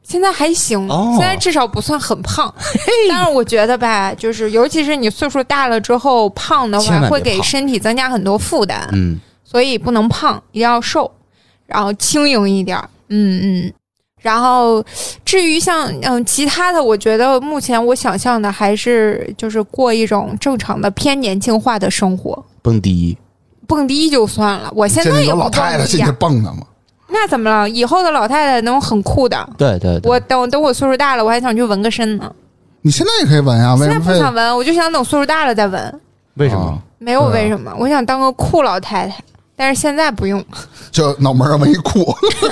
S2: 现在还行，
S3: 哦、
S2: 现在至少不算很胖。但是我觉得吧，就是尤其是你岁数大了之后，胖的话会给身体增加很多负担。
S3: 嗯，
S2: 所以不能胖，一定要瘦，然后轻盈一点。嗯嗯。然后至于像嗯其他的，我觉得目前我想象的还是就是过一种正常的偏年轻化的生活。
S3: 蹦迪，
S2: 蹦迪就算了，我现在也不蹦迪、啊、
S1: 老太太进去蹦的嘛。
S2: 那怎么了？以后的老太太那种很酷的。
S3: 对对对。
S2: 我等等我岁数大了，我还想去纹个身呢。
S1: 你现在也可以纹啊，为什么？
S2: 现在不想纹，我就想等岁数大了再纹。
S3: 为什么？哦、
S2: 没有为什么，我想当个酷老太太。但是现在不用，
S1: 就脑门上纹一裤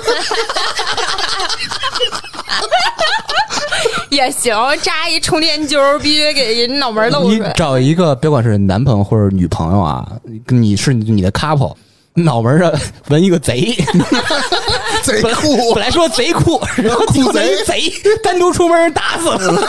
S2: 也行，扎一充电揪，必须给人脑门露出来。
S3: 你找一个，别管是男朋友或者女朋友啊，你是你的 couple， 脑门上纹一个贼，
S1: 贼酷。
S3: 本来说贼酷，然后酷贼贼，单独出门打死了。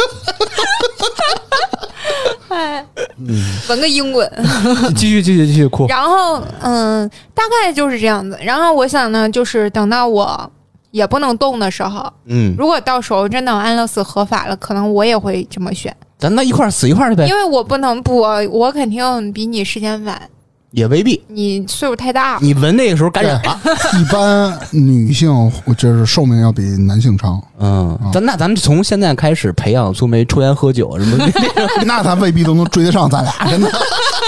S2: 哎，纹个英滚，
S3: 继续继续继续哭。
S2: 然后嗯，大概就是这样子。然后我想呢，就是等到我也不能动的时候，嗯，如果到时候真的安乐死合法了，可能我也会这么选。
S3: 咱那一块儿死一块儿去呗。
S2: 因为我不能不，我肯定比你时间晚。
S3: 也未必，
S2: 你岁数太大，
S3: 你闻那个时候感染了。
S1: 一般女性就是寿命要比男性长。
S3: 嗯，咱那咱们从现在开始培养苏梅抽烟喝酒什么的，
S1: 那咱未必都能追得上咱俩，真的。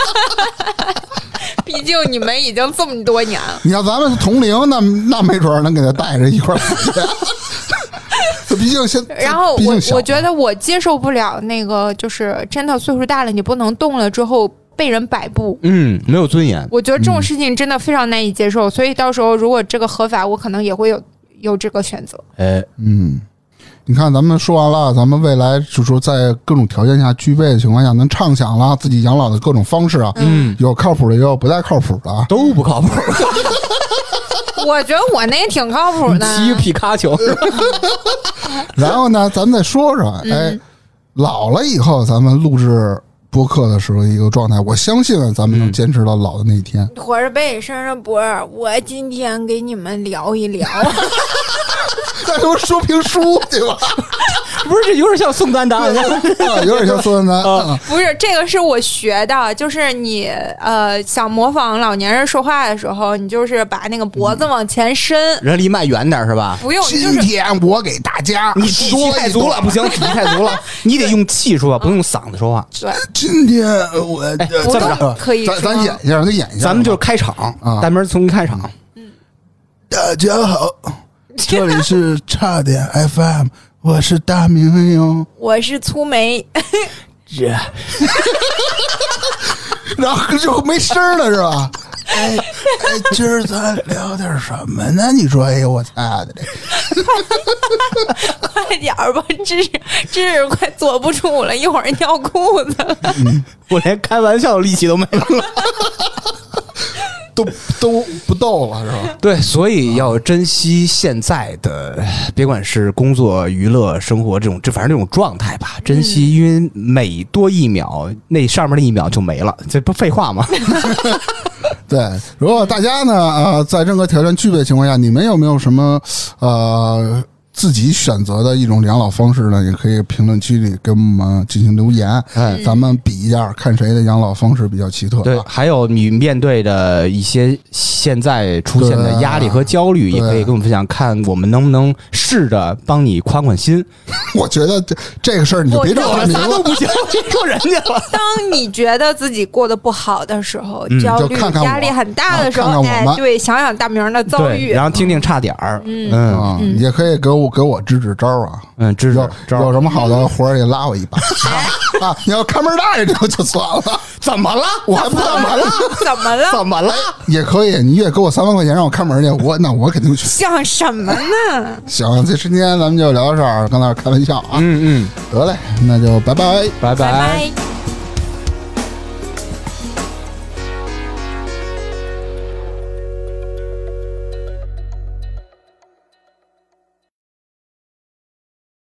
S2: 毕竟你们已经这么多年了。
S1: 你要咱们同龄，那那没准能给他带着一块儿死去。毕竟现，
S2: 然后我我觉得我接受不了那个，就是真的岁数大了，你不能动了之后。被人摆布，
S3: 嗯，没有尊严。
S2: 我觉得这种事情真的非常难以接受，嗯、所以到时候如果这个合法，我可能也会有有这个选择。
S3: 哎，
S1: 嗯，你看咱们说完了，咱们未来就是说在各种条件下具备的情况下，能畅想了自己养老的各种方式啊，嗯，有靠谱的，也有不太靠谱的，
S3: 都不靠谱。
S2: 我觉得我那也挺靠谱的，
S3: 骑皮卡丘。
S1: 然后呢，咱们再说说，哎，嗯、老了以后咱们录制。播客的时候一个状态，我相信咱们能坚持到老的那一天。
S2: 驼着背，伸着脖，我今天给你们聊一聊。
S1: 那都说评书对吧？
S3: 不是，这有点像宋丹丹，
S1: 啊，有点像宋丹丹。啊、
S2: 不是，这个是我学的，就是你呃想模仿老年人说话的时候，你就是把那个脖子往前伸，
S3: 嗯、人离麦远点是吧？
S2: 不用。
S1: 今天我给大家，
S3: 你底气太足了，不行，底气太足了，你得用气说话，不用嗓子说话。
S2: 对，
S1: 今天我
S3: 哎，这么着
S2: 可以，
S1: 咱咱演一下，咱演一下，
S3: 咱们就是开场啊，单门从开场。
S2: 嗯，
S1: 大家好。这里是差点 F M， 我是大明哟，
S2: 我是粗梅，
S3: 这，
S1: 然后就没声了是吧？哎哎，今儿咱聊点什么呢？你说，哎呦我操的这，
S2: 快点吧，芝芝芝快坐不住了，一会儿尿裤子了，
S3: 嗯、我连开玩笑的力气都没了。
S1: 都都不逗了是吧？
S3: 对，所以要珍惜现在的，别管是工作、娱乐、生活这种，这反正这种状态吧，珍惜，因为每多一秒，那上面的一秒就没了，这不废话吗？
S1: 对，如果大家呢，呃，在任何条件具备的情况下，你们有没有什么呃？自己选择的一种养老方式呢，也可以评论区里给我们进行留言，哎，咱们比一下，看谁的养老方式比较奇特。
S3: 对，还有你面对的一些现在出现的压力和焦虑，也可以跟我们分享，看我们能不能试着帮你宽宽心。
S1: 我觉得这这个事儿你就别找他，
S3: 啥都不行，别说人家了。
S2: 当你觉得自己过得不好的时候，嗯、焦虑、
S1: 看看
S2: 压力很大的时候，
S1: 啊、看看
S2: 哎，对，想想大明的遭遇，
S3: 然后听听差点儿，
S2: 嗯
S3: 嗯，
S1: 啊、嗯也可以给我。给我支支招啊！
S3: 嗯，支支
S1: 招，有什么好的活儿也拉我一把啊！你要看门大爷就就算了，
S3: 怎么了？
S1: 我还不怎么了？
S2: 怎么了？
S3: 怎么了？
S1: 也可以，你月给我三万块钱让我看门去，我那我肯定去。
S2: 想什么呢？
S1: 行，这今天咱们就聊到这儿，刚才开玩笑啊。
S3: 嗯嗯，
S1: 得嘞，那就拜拜，
S3: 拜拜。
S2: 拜拜。